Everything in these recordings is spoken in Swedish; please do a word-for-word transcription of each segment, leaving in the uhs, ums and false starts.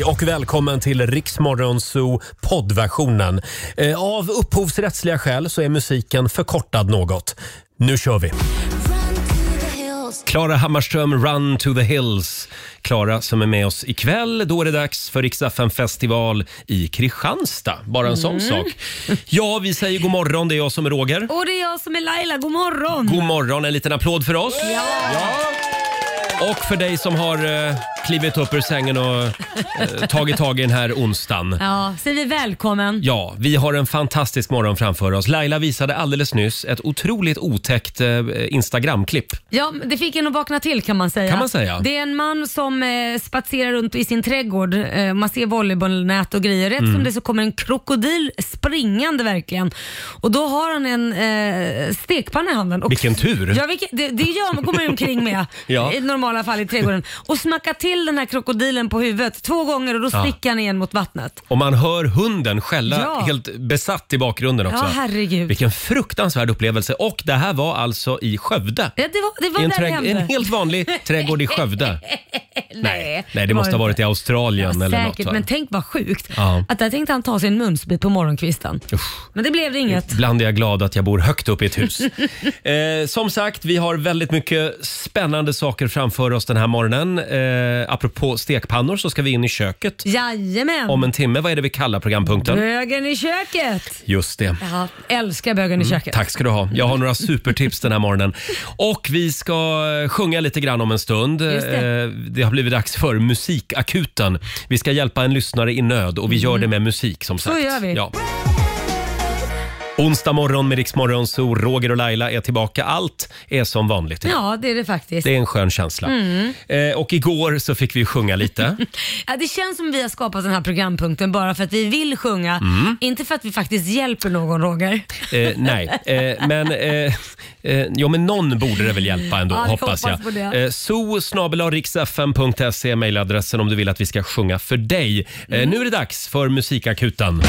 Hej och välkommen till Riksmorgon Zoo poddversionen. Eh, av upphovsrättsliga skäl så är musiken förkortad något. Nu kör vi. Klara Hammarström, Run to the Hills. Klara som är med oss ikväll. Då är det dags för Rix F M-festival i Kristianstad. Bara en sån mm. sak. Ja, vi säger god morgon. Det är jag som är Roger. Och det är jag som är Laila. God morgon. God morgon. En liten applåd för oss. Ja. ja. Och för dig som har eh, klivit upp ur sängen och eh, tagit tag i den här onsdagen. Ja, säger vi välkommen. Ja, vi har en fantastisk morgon framför oss. Laila visade alldeles nyss ett otroligt otäckt eh, Instagram-klipp. Ja, det fick en att vakna till kan man säga. Kan man säga? Det är en man som eh, spatserar runt i sin trädgård. Eh, man ser volleybollnät och grejer. Rätt mm. som det så kommer en krokodil springande verkligen. Och då har han en eh, stekpanna i handen. Och, vilken tur! Ja, vilken, det, det gör man, kommer omkring med ja. i normala fall i trädgården. Och smacka till den här krokodilen på huvudet två gånger och då sticker ja. han igen mot vattnet. Och man hör hunden skälla ja. helt besatt i bakgrunden också. Ja, herregud. Vilken fruktansvärd upplevelse. Och det här var alltså i Skövde. Ja, det var, det var I en, där trädg- en helt vanlig trädgård i Skövde. Nej, Nej, det måste ha varit i Australien ja, eller säkert, något. Va? Men tänk vad sjukt. Ja. Att där tänkte han ta sig en munsbit på morgonkvisten. Usch. Men det blev det inget. Ibland är jag glad att jag bor högt upp i ett hus. eh, som sagt, vi har väldigt mycket spännande saker framför oss den här morgonen. Eh, apropå stekpannor så ska vi in i köket. Jajamän. Om en timme. Vad är det vi kallar programpunkten? Bögen i köket. Just det. Ja, älskar bögen i köket. Mm, tack ska du ha. Jag har några supertips den här morgonen. Och vi ska sjunga lite grann om en stund. Just det. Eh, det har blivit dags för musikakuten. Vi ska hjälpa en lyssnare i nöd och vi gör det med musik som sagt. Så gör vi. Ja. Onsdag morgon med Rix Morgon så Roger och Laila är tillbaka. Allt är som vanligt. Ja, det är det faktiskt. Det är en skön känsla. Mm. Eh, och igår så fick vi sjunga lite. Ja, det känns som vi har skapat den här programpunkten bara för att vi vill sjunga. Mm. Inte för att vi faktiskt hjälper någon, Roger. Eh, nej, eh, men, eh, eh, jo, men någon borde det väl hjälpa ändå, ja, hoppas, hoppas jag. Eh, so snabel-a riksfm punkt se är mejladressen om du vill att vi ska sjunga för dig. Eh, mm. Nu är det dags för musikakuten.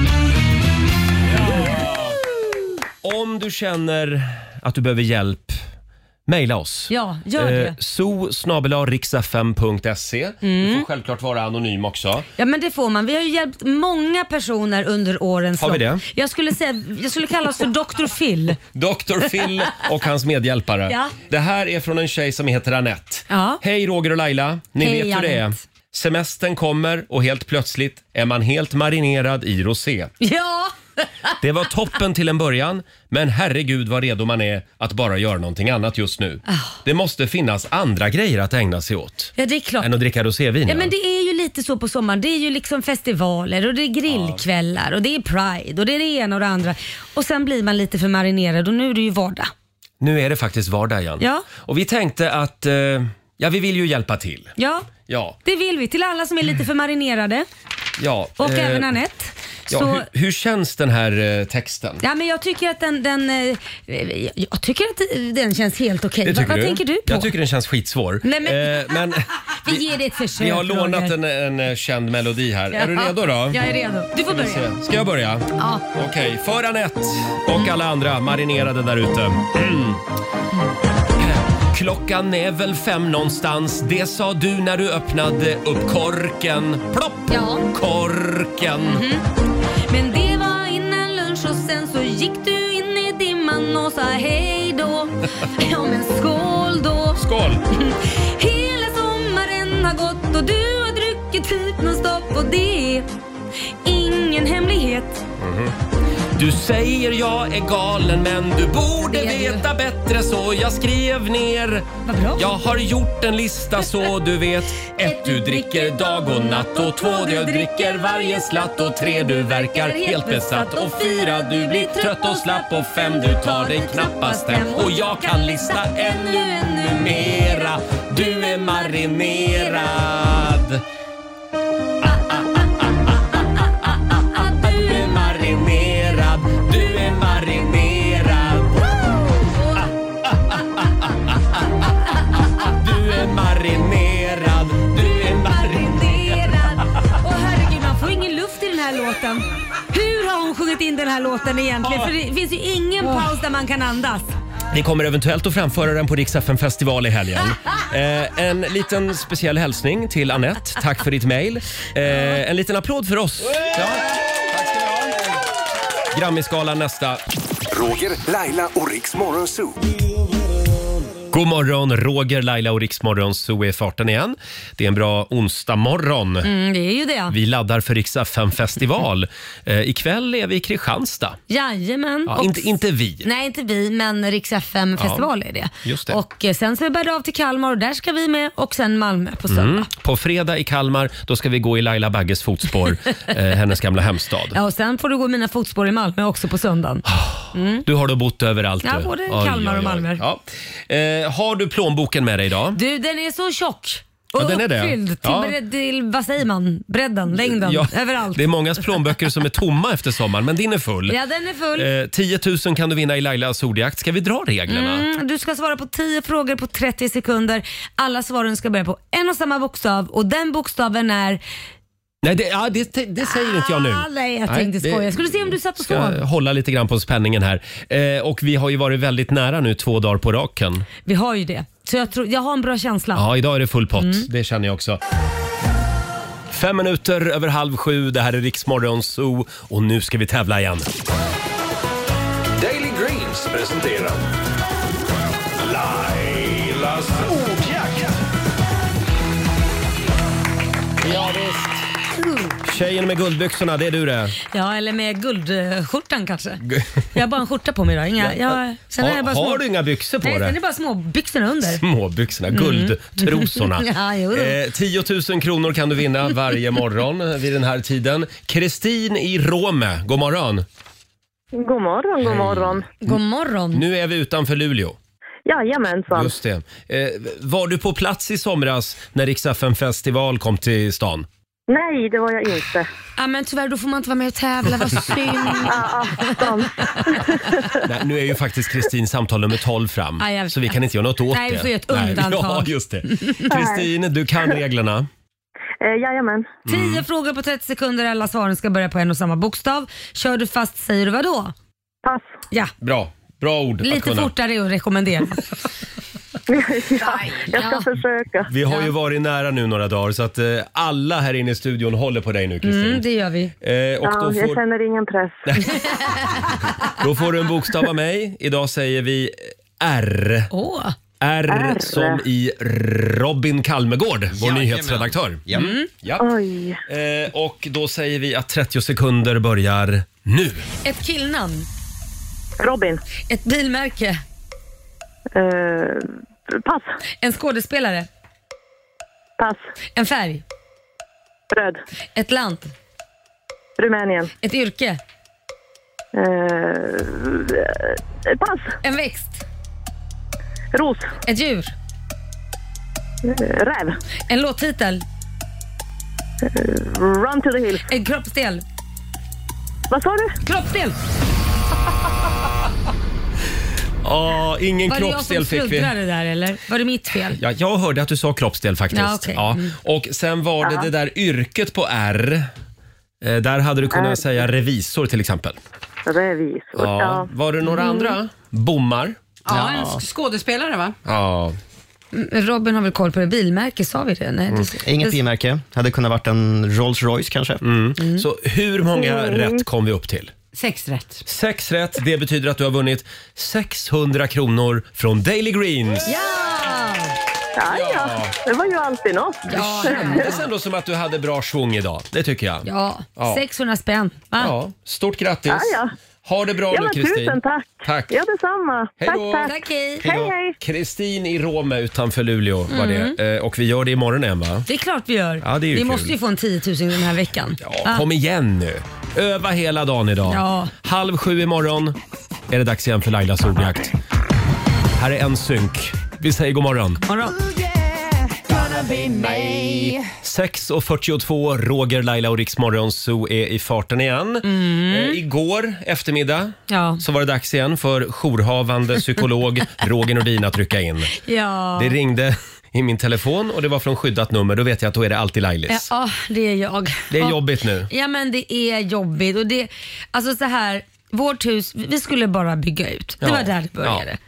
Om du känner att du behöver hjälp, mejla oss. Ja, gör det. Eh, so snabel-a riksfm punkt se. Mm. Du får självklart vara anonym också. Ja, men det får man. Vi har ju hjälpt många personer under årens lopp. Har vi det? Jag skulle säga, jag skulle kalla oss för doktor Phil. doktor Phil och hans medhjälpare. Ja. Det här är från en tjej som heter Annette. Ja. Hej Roger och Laila. Ni Hej, vet hur Annette. det är. Semestern kommer och helt plötsligt är man helt marinerad i rosé. Ja! Det var toppen till en början, men herregud vad redo man är att bara göra någonting annat just nu. Oh. Det måste finnas andra grejer att ägna sig åt. Ja, det är klart. Än att dricka rosévin. Ja, men det är ju lite så på sommaren. Det är ju liksom festivaler och det är grillkvällar och det är Pride och det är det ena och det andra. Och sen blir man lite för marinerad och nu är det ju vardag. Nu är det faktiskt vardag igen. Ja. Och vi tänkte att, eh, ja vi vill ju hjälpa till. Ja, ja, det vill vi. Till alla som är lite för marinerade. Ja. Och eh, även Annette. Ja, så, hur, hur känns den här eh, texten? Ja, men jag tycker att den, den eh, jag tycker att den känns helt okej. Det tycker Vad du? tänker du på? Jag tycker den känns skitsvår. Nej, men, eh, men vi ger det ett försök. Vi har lånat Roger. en, en känd melodi här. Ja. Är du redo då? Jag är redo. Du får börja. Ska jag börja? Ja. Okej, okay. För Annette och alla andra marinerade där ute. Mm. Klockan är väl fem någonstans. Det sa du när du öppnade upp korken. Plopp! Ja. Korken. Mm-hmm. Men det var innan lunch och sen så gick du in i dimman och sa hej då. Ja, men skål då. Skål! Hela sommaren har gått och du har druckit typ någon stopp och det är ingen hemlighet. Mm-hmm. Du säger jag är galen men du borde veta bättre så jag skrev ner. Vad bra. Jag har gjort en lista så du vet. Ett, du dricker dag och natt. Och två, du dricker varje slatt. Och tre, du verkar helt besatt. Och fyra, du blir trött och slapp. Och fem, du tar dig knappast hem. Och jag kan lista ännu, ännu mera. Du är marinerad. Låten. Hur har hon sjungit in den här låten egentligen? För det finns ju ingen paus där man kan andas. Vi kommer eventuellt att framföra den på Rix F M festival i helgen. Eh, en liten speciell hälsning till Annette. Tack för ditt mejl. Eh, en liten applåd för oss. Ja. Tack ska ni ha. Grammisgalan nästa. Roger, Laila och Rix Morgon Zoo. God morgon, Roger, Laila och Rix Morgon Zoo är farten igen. Det är en bra onsdag morgon. Mm, det är ju det. Vi laddar för Rix F M festival. Eh, ikväll är vi i Kristianstad. Jajamän. Ja, och, inte, inte vi. Nej, inte vi, men Rix F M festival ja, är det. Just det. Och eh, sen så är vi bärda av till Kalmar och där ska vi med och sen Malmö på söndag. Mm. På fredag i Kalmar, då ska vi gå i Laila Bagges fotspår, eh, hennes gamla hemstad. Ja, och sen får du gå i mina fotspår i Malmö också på söndagen. Mm. Du har då bott överallt. Ja, både Kalmar oj, oj, oj. och Malmö. Ja. Eh, har du plånboken med dig idag? Du, den är så tjock. Och ja, den är det. uppfylld till, ja. bredd, till, vad säger man, bredden, längden, ja, överallt. Det är många plånböcker som är tomma efter sommaren, men din är full. Ja, den är full. Eh, tio tusen kan du vinna i Lailas ordjakt. Ska vi dra reglerna? Mm, du ska svara på tio frågor på trettio sekunder. Alla svaren ska börja på en och samma bokstav och den bokstaven är... Nej, det, ja, det, det säger inte jag nu. Ah, nej, jag tänkte skoja. Jag skulle se om du satt och sov. Jag ska hålla lite grann på spänningen här. Eh, och vi har ju varit väldigt nära nu två dagar på raken. Vi har ju det. Så jag, tror, jag har en bra känsla. Ja, idag är det full pott. Mm. Det känner jag också. Fem minuter över halv sju. Det här är Rix Morgon Zoo. Och nu ska vi tävla igen. Daily Greens presenterar Lailas ordjakt. Ja, visst. Tjejen med guldbyxorna, det är du det. Ja, eller med guldskjortan kanske. Jag har bara en skjorta på mig idag. Inga, jag, sen har är jag bara har små, du inga byxor på nej, dig? Nej, det är bara små byxorna under. Små byxorna, guldtrosorna. Ja, jo då. eh, tio tusen kronor kan du vinna varje morgon vid den här tiden. Kristin i Rome, god morgon. God morgon, god morgon. God morgon. Nu är vi utanför Luleå. Jajamensan. Just det. Eh, var du på plats i somras när Rix F M festival kom till stan? Nej, det var jag inte. Ja, men tyvärr, då får man inte vara med och tävla. Vad synd. Ja, Nej, nu är ju faktiskt Kristin samtal nummer tolv fram. Ja, jag- så vi kan inte göra något åt Nej, det. vi får göra ett undantag. Ja, just det. Kristin, du kan reglerna. Eh, jajamän. Tio frågor på trettio sekunder. Alla svaren ska börja på en och samma bokstav. Kör du fast säger du vad då? Pass. Ja, Bra. Bra ord att lite kunna. fortare att rekommendera. Ja, jag ska Ja. försöka. Vi har ju varit nära nu några dagar så att eh, alla här inne i studion håller på dig nu, Kristin. Mm, det gör vi. Eh, och Ja, då, jag får, känner ingen press. då får du en bokstav av mig. Idag säger vi R. Åh. R, R. som i Robin Kalmegård, vår Jajamän. nyhetsredaktör. Mm. Ja. Oj. Eh, och då säger vi att trettio sekunder börjar nu. Ett killnamn. Robin. Ett bilmärke. Eh, pass. En skådespelare. Pass. En färg. Röd. Ett land. Rumänien. Ett yrke. Eh, pass. En växt. Ros. Ett djur. Eh, räv. En låttitel. Run to the hills. En kroppsdel. Vad sa du? Kroppsdel. Ah, ingen Var det jag kroppsdel som fick vi. sluddrade där eller? Var det mitt fel? Ja, jag hörde att du sa kroppsdel faktiskt. Ja, okej. Ja. Mm. Och sen var det det där yrket på R. Eh, där hade du kunnat R. säga revisor till exempel. Revisor. Ja. Ja. Var det några andra? Bommar? Ja, en skådespelare va? Ja. Robin har väl koll på det. Bilmärke, sa vi det? Nej, det Inget det, bilmärke. Hade kunnat varit en Rolls Royce kanske. Mm. Så hur många Mm. rätt kom vi upp till? Sex rätt. Sex rätt. Det betyder att du har vunnit sexhundra kronor från Daily Greens. Ja! Ja, ja. Det var ju alltid något. Ja, Det kändes ändå som att du hade bra svung idag. Det tycker jag. ja. Ja. sexhundra spänn. Va? Ja, stort grattis. Ja, ja. Ha det bra Ja, nu, men Kristin. tusen tack. Tack. Ja, detsamma. Hej då. Tack, tack. Tack, hej. Hej, hej. Kristin i Rome utanför Luleå var det. Eh, Och vi gör det imorgon igen, va? Det är klart vi gör. Ja, det är ju vi kul. måste ju få en tio tusen den här veckan. Ja, Va? kom igen nu. Öva hela dagen idag. Ja. Halv sju imorgon är det dags igen för Lailas ordjakt. Här är en synk. Vi säger god morgon. Morgon. sex och fyrtiotvå, Roger, Laila och Rix Morgon Zoo är i farten igen. Eh, igår eftermiddag Ja. så var det dags igen för jourhavande psykolog Roger Nordin att rycka in. Ja. Det ringde i min telefon och det var från skyddat nummer. Då vet jag att då är det alltid Lailis. Ja, det är jag. Det är Och- jobbigt nu. Ja, men det är jobbigt. Och det, alltså så här, vårt hus, vi skulle bara bygga ut. Det Ja. var där det började.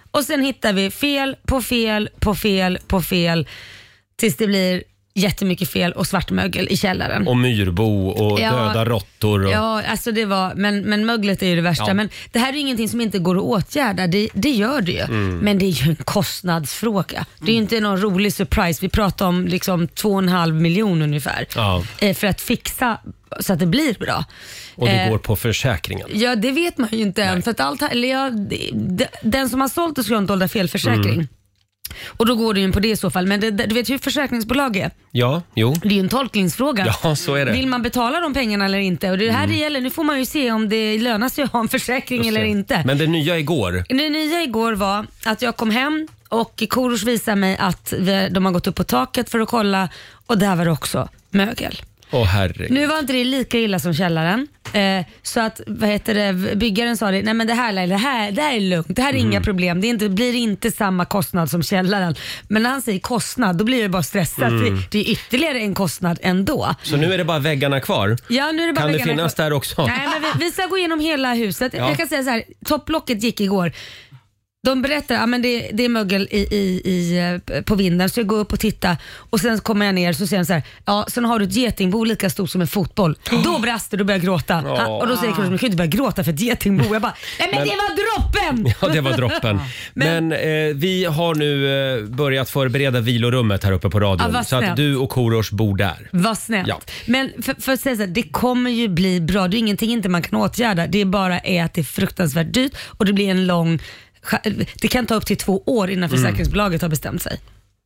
Och sen hittar vi fel på fel på fel på fel tills det blir jättemycket fel och svartmögel i källaren. Och myrbo och Ja. döda råttor. Och... Ja, alltså det var, men, men möglet är ju det värsta. Ja. Men det här är ju ingenting som inte går att åtgärda. Det, det gör det ju. Mm. Men det är ju en kostnadsfråga. Det är ju inte någon rolig surprise. Vi pratar om liksom två och en halv miljon ungefär. Ja. Eh, för att fixa så att det blir bra. Och det Eh, går på försäkringen. Ja, det vet man ju inte än. För att allt, eller ja, det- den som har sålt det ska inte hålla felförsäkring. Mm. Och då går det ju på det i så fall. Men det, du vet hur försäkringsbolag är. Ja, jo. Det är ju en tolkningsfråga. Ja, så är det. Vill man betala de pengarna eller inte? Och det är det här det gäller. Nu får man ju se om det lönar sig att ha en försäkring eller inte. Men det nya igår. Det nya igår var att jag kom hem och Korosh visade mig att vi, de har gått upp på taket för att kolla och där var det också mögel. Åh herregud. Nu var inte det lika illa som källaren. Eh, så att vad heter det, byggaren sa det, nej men det här, det här, det här är lugnt, det här är Mm. inga problem. Det är inte, blir inte samma kostnad som källaren. Men när han säger kostnad, då blir det bara stressat. Mm. Det, det är ytterligare en kostnad ändå. Så nu är det bara väggarna kvar? Ja, nu är det bara Kan det väggarna finnas kvar. där också? Nej, men vi, vi ska gå igenom hela huset. Ja. Jag kan säga så här, topplocket gick igår. De berättar att ja, det, det är mögel i, i, i, på vinden, så jag går upp och tittar och sen kommer jag ner så säger de så här, ja, sen har du ett getingbo lika stort som en fotboll. Då brast det, då börjar jag gråta. Han, och då säger Korosh, man kan ju inte börja gråta för ett getingbo. Jag bara, nej men, Men- det var droppen! Ja, det var droppen. Men, eh, vi har nu eh, börjat förbereda vilorummet här uppe på radion. Ja, vad så att snällt. du och Korosh bor där. Vad snällt. Ja. Men för, för att säga så här, det kommer ju bli bra. Det är ingenting inte man kan åtgärda. Det är bara är att det är fruktansvärt dyrt och det blir en lång... Det kan ta upp till två år innan försäkringsbolaget har bestämt sig.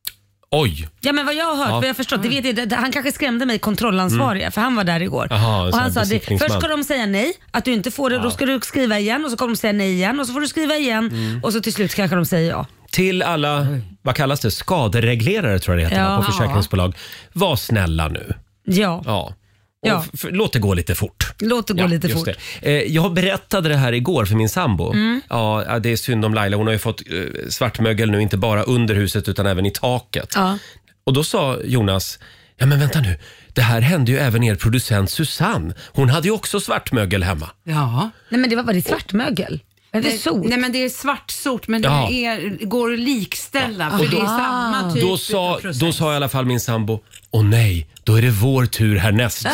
Oj! Ja, men vad jag har hört, Ja. vad jag har förstått, det vet jag, det, det, han kanske skrämde mig, kontrollansvariga, för han var där igår. Jaha, en och sån han här sa det, besiktningsman. först ska de säga nej, att du inte får det, då ska du skriva igen och så kommer de säga nej igen och så får du skriva igen Mm. och så till slut kanske de säger ja. Till alla, vad kallas det, skadereglerare tror jag det heter Ja. va, på försäkringsbolag. Var snälla nu. Ja, Ja. Och Ja. f- låt det gå lite fort. låt det gå Ja, lite just fort. det. Eh, jag berättade det här igår för min sambo. Mm. Ja, ja, det är synd om Laila. Hon har ju fått eh, svartmögel nu, inte bara under huset utan även i taket. Ja. Och då sa Jonas, ja men vänta nu, det här hände ju även er producent Susanne. Hon hade ju också svartmögel hemma. Ja. Nej men det var, var det svartmögel? Är det sot? Nej men det är svartsot men det Ja. är, går att likställa för det är samma typ Då sa, av process. då sa i alla fall min sambo, åh nej, då är det vår tur härnäst.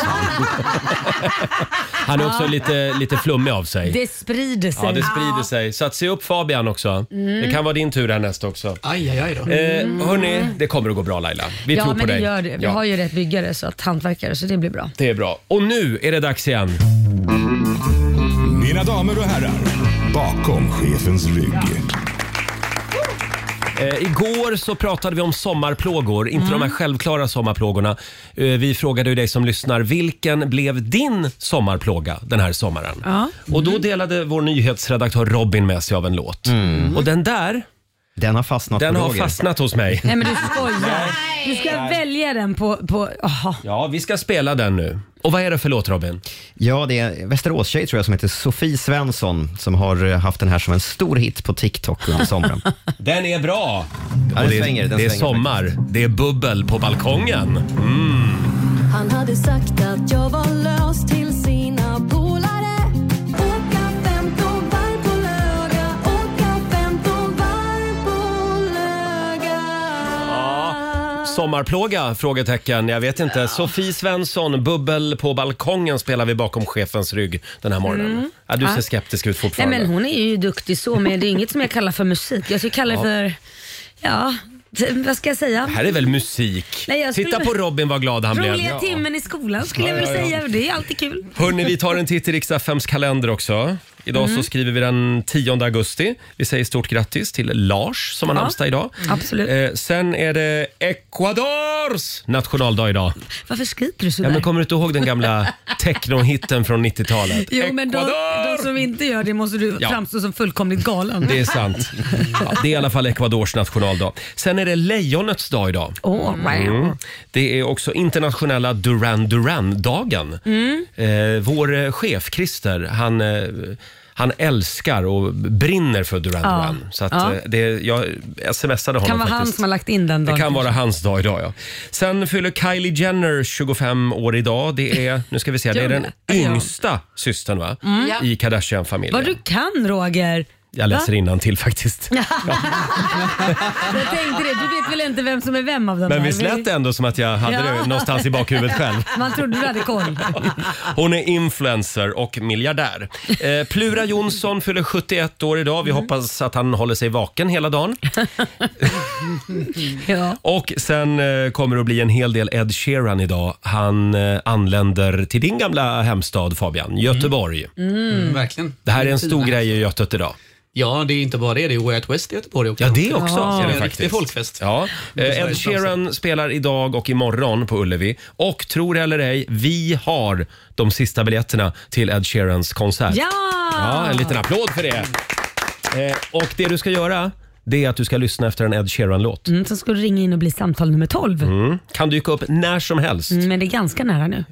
Han är också lite, lite flummig av sig. Det sprider sig. Ja, det sprider sig. Så att se upp Fabian också. Mm. Det kan vara din tur härnäst också. Aj, aj, aj då. Eh, hörni, det kommer att gå bra Laila. Vi Ja tror men på det dig. gör det. Vi Ja, har ju rätt byggare, så att hantverkare, så det blir bra. det är bra. Och nu är det dags igen. Mina damer och herrar, bakom chefens rygg. Eh, igår så pratade vi om sommarplågor, inte Mm. de här självklara sommarplågorna. Eh, vi frågade ju dig som lyssnar, vilken blev din sommarplåga den här sommaren? Ja. Och då delade vår nyhetsredaktör Robin med sig av en låt. Och den där, Den har fastnat den på har Roger. fastnat hos mig. Nej men du skojar. Du ska välja den på... på aha. Ja, vi ska spela den nu. Och vad är det för låt Robin? Ja, det är Västerås-tjej tror jag som heter Sofie Svensson som har eh, haft den här som en stor hit på TikTok under sommaren. Den är bra! Ja, Och den det, svänger, den det är svänger sommar, det är bubbel på balkongen. Han hade sagt att jag var lös till sina polare. Åka femton varv på Löga, åka femton varv på Löga. Sommarplåga? Frågetecken. Jag vet inte. Sofie Svensson, bubbel på balkongen spelar vi bakom chefens rygg den här morgonen. Ja, du ser Ja. skeptisk ut Nej fortfarande. men hon är ju duktig så, men det är inget som jag kallar för musik. Jag skulle kalla det för, ja, t- vad ska jag säga? Det här är väl musik? Nej, jag skulle- Titta på Robin vad glad han blev. Roliga timmen i skolan skulle jag väl säga. Det är alltid kul. Hörrni, vi tar en titt i Rix F M:s kalender också. Idag Mm. så skriver vi den tionde augusti. Vi säger stort grattis till Lars som har Ja, namnsdag idag. absolut. Eh, sen är det Ecuadors nationaldag idag. Varför skriker du Ja, sådär? men kommer du inte ihåg den gamla technohitten från nittiotalet? Jo men de, Ecuador! de som inte gör det måste du Ja. framstå som fullkomligt galen. Det är sant. Ja, det är i alla fall Ecuadors nationaldag. Sen är det lejonets dag idag. Åh, wow. Mm. Det är också internationella Duran Duran-dagen. Mm. Eh, vår eh, chef Christer, han, eh, han älskar och brinner för Duran Ja. Duran. Så att, Ja. eh, det, jag smsade honom Kan vara han faktiskt. som har lagt in den Det dagen. kan vara hans dag idag, ja. Sen fyller Kylie Jenner tjugofem år idag. Det är, nu ska vi se, det är Gör den det? yngsta systern va? Ja. I Kardashian-familjen. Vad du kan Roger. Jag läser innantill faktiskt. Jag tänkte det, du vet väl inte vem som är vem av dem. Men visst lät det ändå som att jag hade Ja. det någonstans i bakhuvudet själv. Man trodde du hade koll. Hon är influencer och miljardär. Eh, Plura Jonsson fyller sjuttioett år idag. Vi hoppas att han håller sig vaken hela dagen. Ja. Och sen eh, kommer det att bli en hel del Ed Sheeran idag. Han eh, anländer till din gamla hemstad, Fabian, Göteborg. Mm, verkligen. Det här är en stor grej i Götet idag. Ja, det är inte bara det. Det är Way Out West i Göteborg också. Ja, det också. Ja, Är det det är en riktig faktiskt. folkfest. Ja. Eh, Ed Sveriges Sheeran spelar idag och imorgon på Ullevi. Och tror eller ej, vi har de sista biljetterna till Ed Sheerans konsert. Ja! Ja, en liten applåd för det. Eh, och det du ska göra, det är att du ska lyssna efter en Ed Sheeran-låt. Mm, så ska du ringa in och bli samtal nummer tolv. Mm. Kan dyka upp när som helst. Mm, men det är ganska nära nu.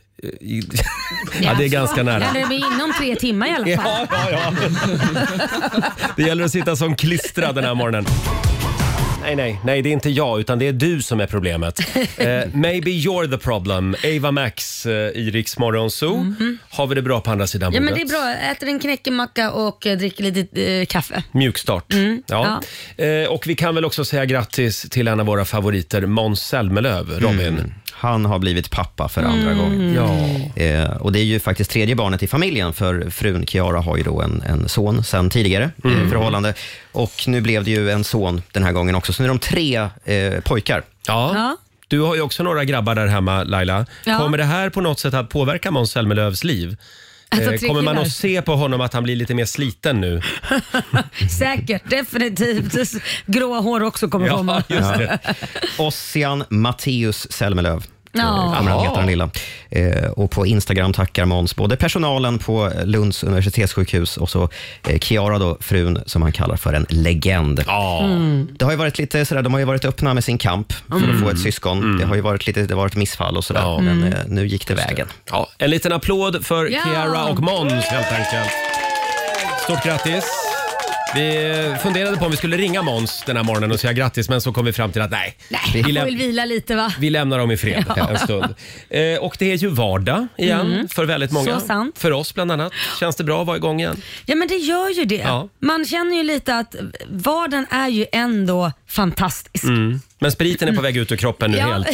Ja, det är ganska nära. Ja, det blir inom tre timmar i alla fall. Ja, ja, ja. Det gäller att sitta som klistrad den här morgonen. Nej, nej, nej, det är inte jag utan det är du som är problemet. Eh, maybe you're the problem. Ava Max eh, i Rix Morgon Zoo. Mm-hmm. Har vi det bra på andra sidan Ja, bordet? men det är bra. Äter en knäckemacka och eh, dricker lite eh, kaffe. Mjukstart. Mm, ja. Eh, och vi kan väl också säga grattis till en av våra favoriter, Måns Zelmerlöw, Robin. Mm. Han har blivit pappa för andra gången. Ja. Eh, och det är ju faktiskt tredje barnet i familjen, för frun Chiara har ju då en, en son sedan tidigare Mm. eh, förhållande. Och nu blev det ju en son den här gången också, så nu är de tre eh, pojkar. Ja. Ja. Du har ju också några grabbar där hemma, Laila. Ja. Kommer det här på något sätt att påverka Måns Zelmerlöws liv? Alltså, Eh, tre kommer man killar. att se på honom att han blir lite mer sliten nu? Säkert, definitivt. Gråa hår också kommer komma. just det. Ossian Matteus Zelmerlöw. Ja. Kommer han heta, den lilla. Eh, och på Instagram tackar Måns både personalen på Lunds universitetssjukhus och så eh, Chiara då, frun som han kallar för en legend. Ja. Mm. Det har ju varit lite sådär, de har ju varit öppna med sin kamp för att få ett syskon. Det har ju varit lite, det har varit missfall och sådär, Ja. men eh, nu gick det vägen. Ja, en liten applåd för Ja. Chiara och Måns helt enkelt. Stort grattis. Vi funderade på om vi skulle ringa Måns den här morgonen och säga grattis, men så kom vi fram till att nej, Nej, vi, han får läm- väl vila lite va? vi lämnar dem i fred en stund. Eh, och det är ju vardag igen för väldigt många. Så sant. För oss bland annat. Känns det bra att vara igång igen? Ja men det gör ju det. Ja. Man känner ju lite att vardagen är ju ändå fantastisk. Mm. Men spriten är på väg ut ur kroppen nu Ja, helt.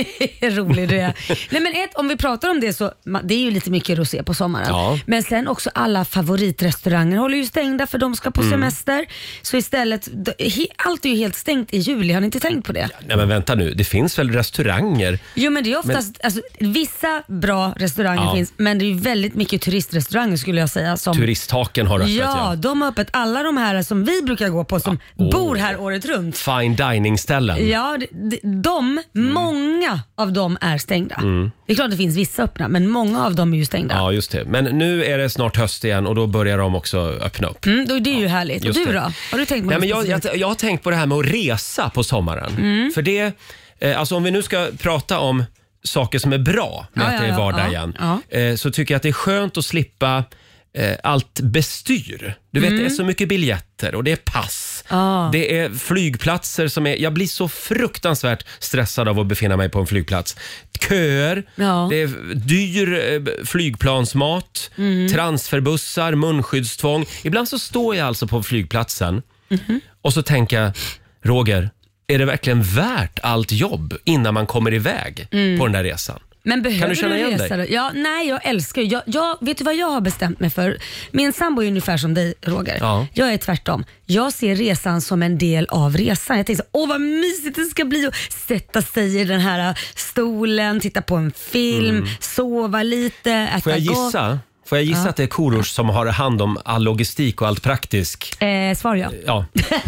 rolig du är. Nej, men ett, om vi pratar om det så, ma- det är ju lite mycket rosé på sommaren. Ja. Men sen också alla favoritrestauranger håller ju stängda för de ska på Mm. semester. Så istället, d- he, allt är ju helt stängt i juli, har ni inte tänkt på det? Nej men vänta nu, det finns väl restauranger? Jo men det är oftast, alltså, vissa bra restauranger Ja. finns, men det är ju väldigt mycket turistrestauranger skulle jag säga. Som, Turisthaken har öppet, ja, ja. de har öppet. Alla de här som vi brukar gå på som Åh. bor här året runt. Fine dining-ställen. Ja, de, de, de Mm. många av dem är stängda. Det är klart det finns vissa öppna, men många av dem är ju stängda. Ja, just det. Men nu är det snart höst igen och då börjar de också öppna upp. Mm, då, det är ju härligt. Och just du det. då? Har du tänkt på Nej, något men jag, speciellt? jag, jag har tänkt på det här med att resa på sommaren. Mm. För det, eh, alltså om vi nu ska prata om saker som är bra med Ja, att ja, det är ja, vardag ja, igen, ja. eh, så tycker jag att det är skönt att slippa eh, allt bestyr. Du vet, det är så mycket biljetter och det är pass. Mm. Ja. Det är flygplatser som är... Jag blir så fruktansvärt stressad av att befinna mig på en flygplats. Köer, Ja. det är dyr eh, flygplansmat, Mm. transferbussar, munskyddstvång. Ibland så står jag alltså på flygplatsen Mhm. och så tänker jag, Roger, är det verkligen värt allt jobb innan man kommer iväg på den där resan? Men behöver Kan du känna igen resa dig? då? Ja, nej, jag älskar ju. Jag, jag, vet du vad jag har bestämt mig för? Min sambo är ungefär som dig, Roger. Ja. Jag är tvärtom. Jag ser resan som en del av resan. Jag tänker så, åh vad mysigt det ska bli att sätta sig i den här stolen, titta på en film, sova lite, äta Mm. Får jag gott. gissa? Får jag gissa att det är Korosh som har hand om all logistik och allt praktiskt? Eh, svar ja. Ja,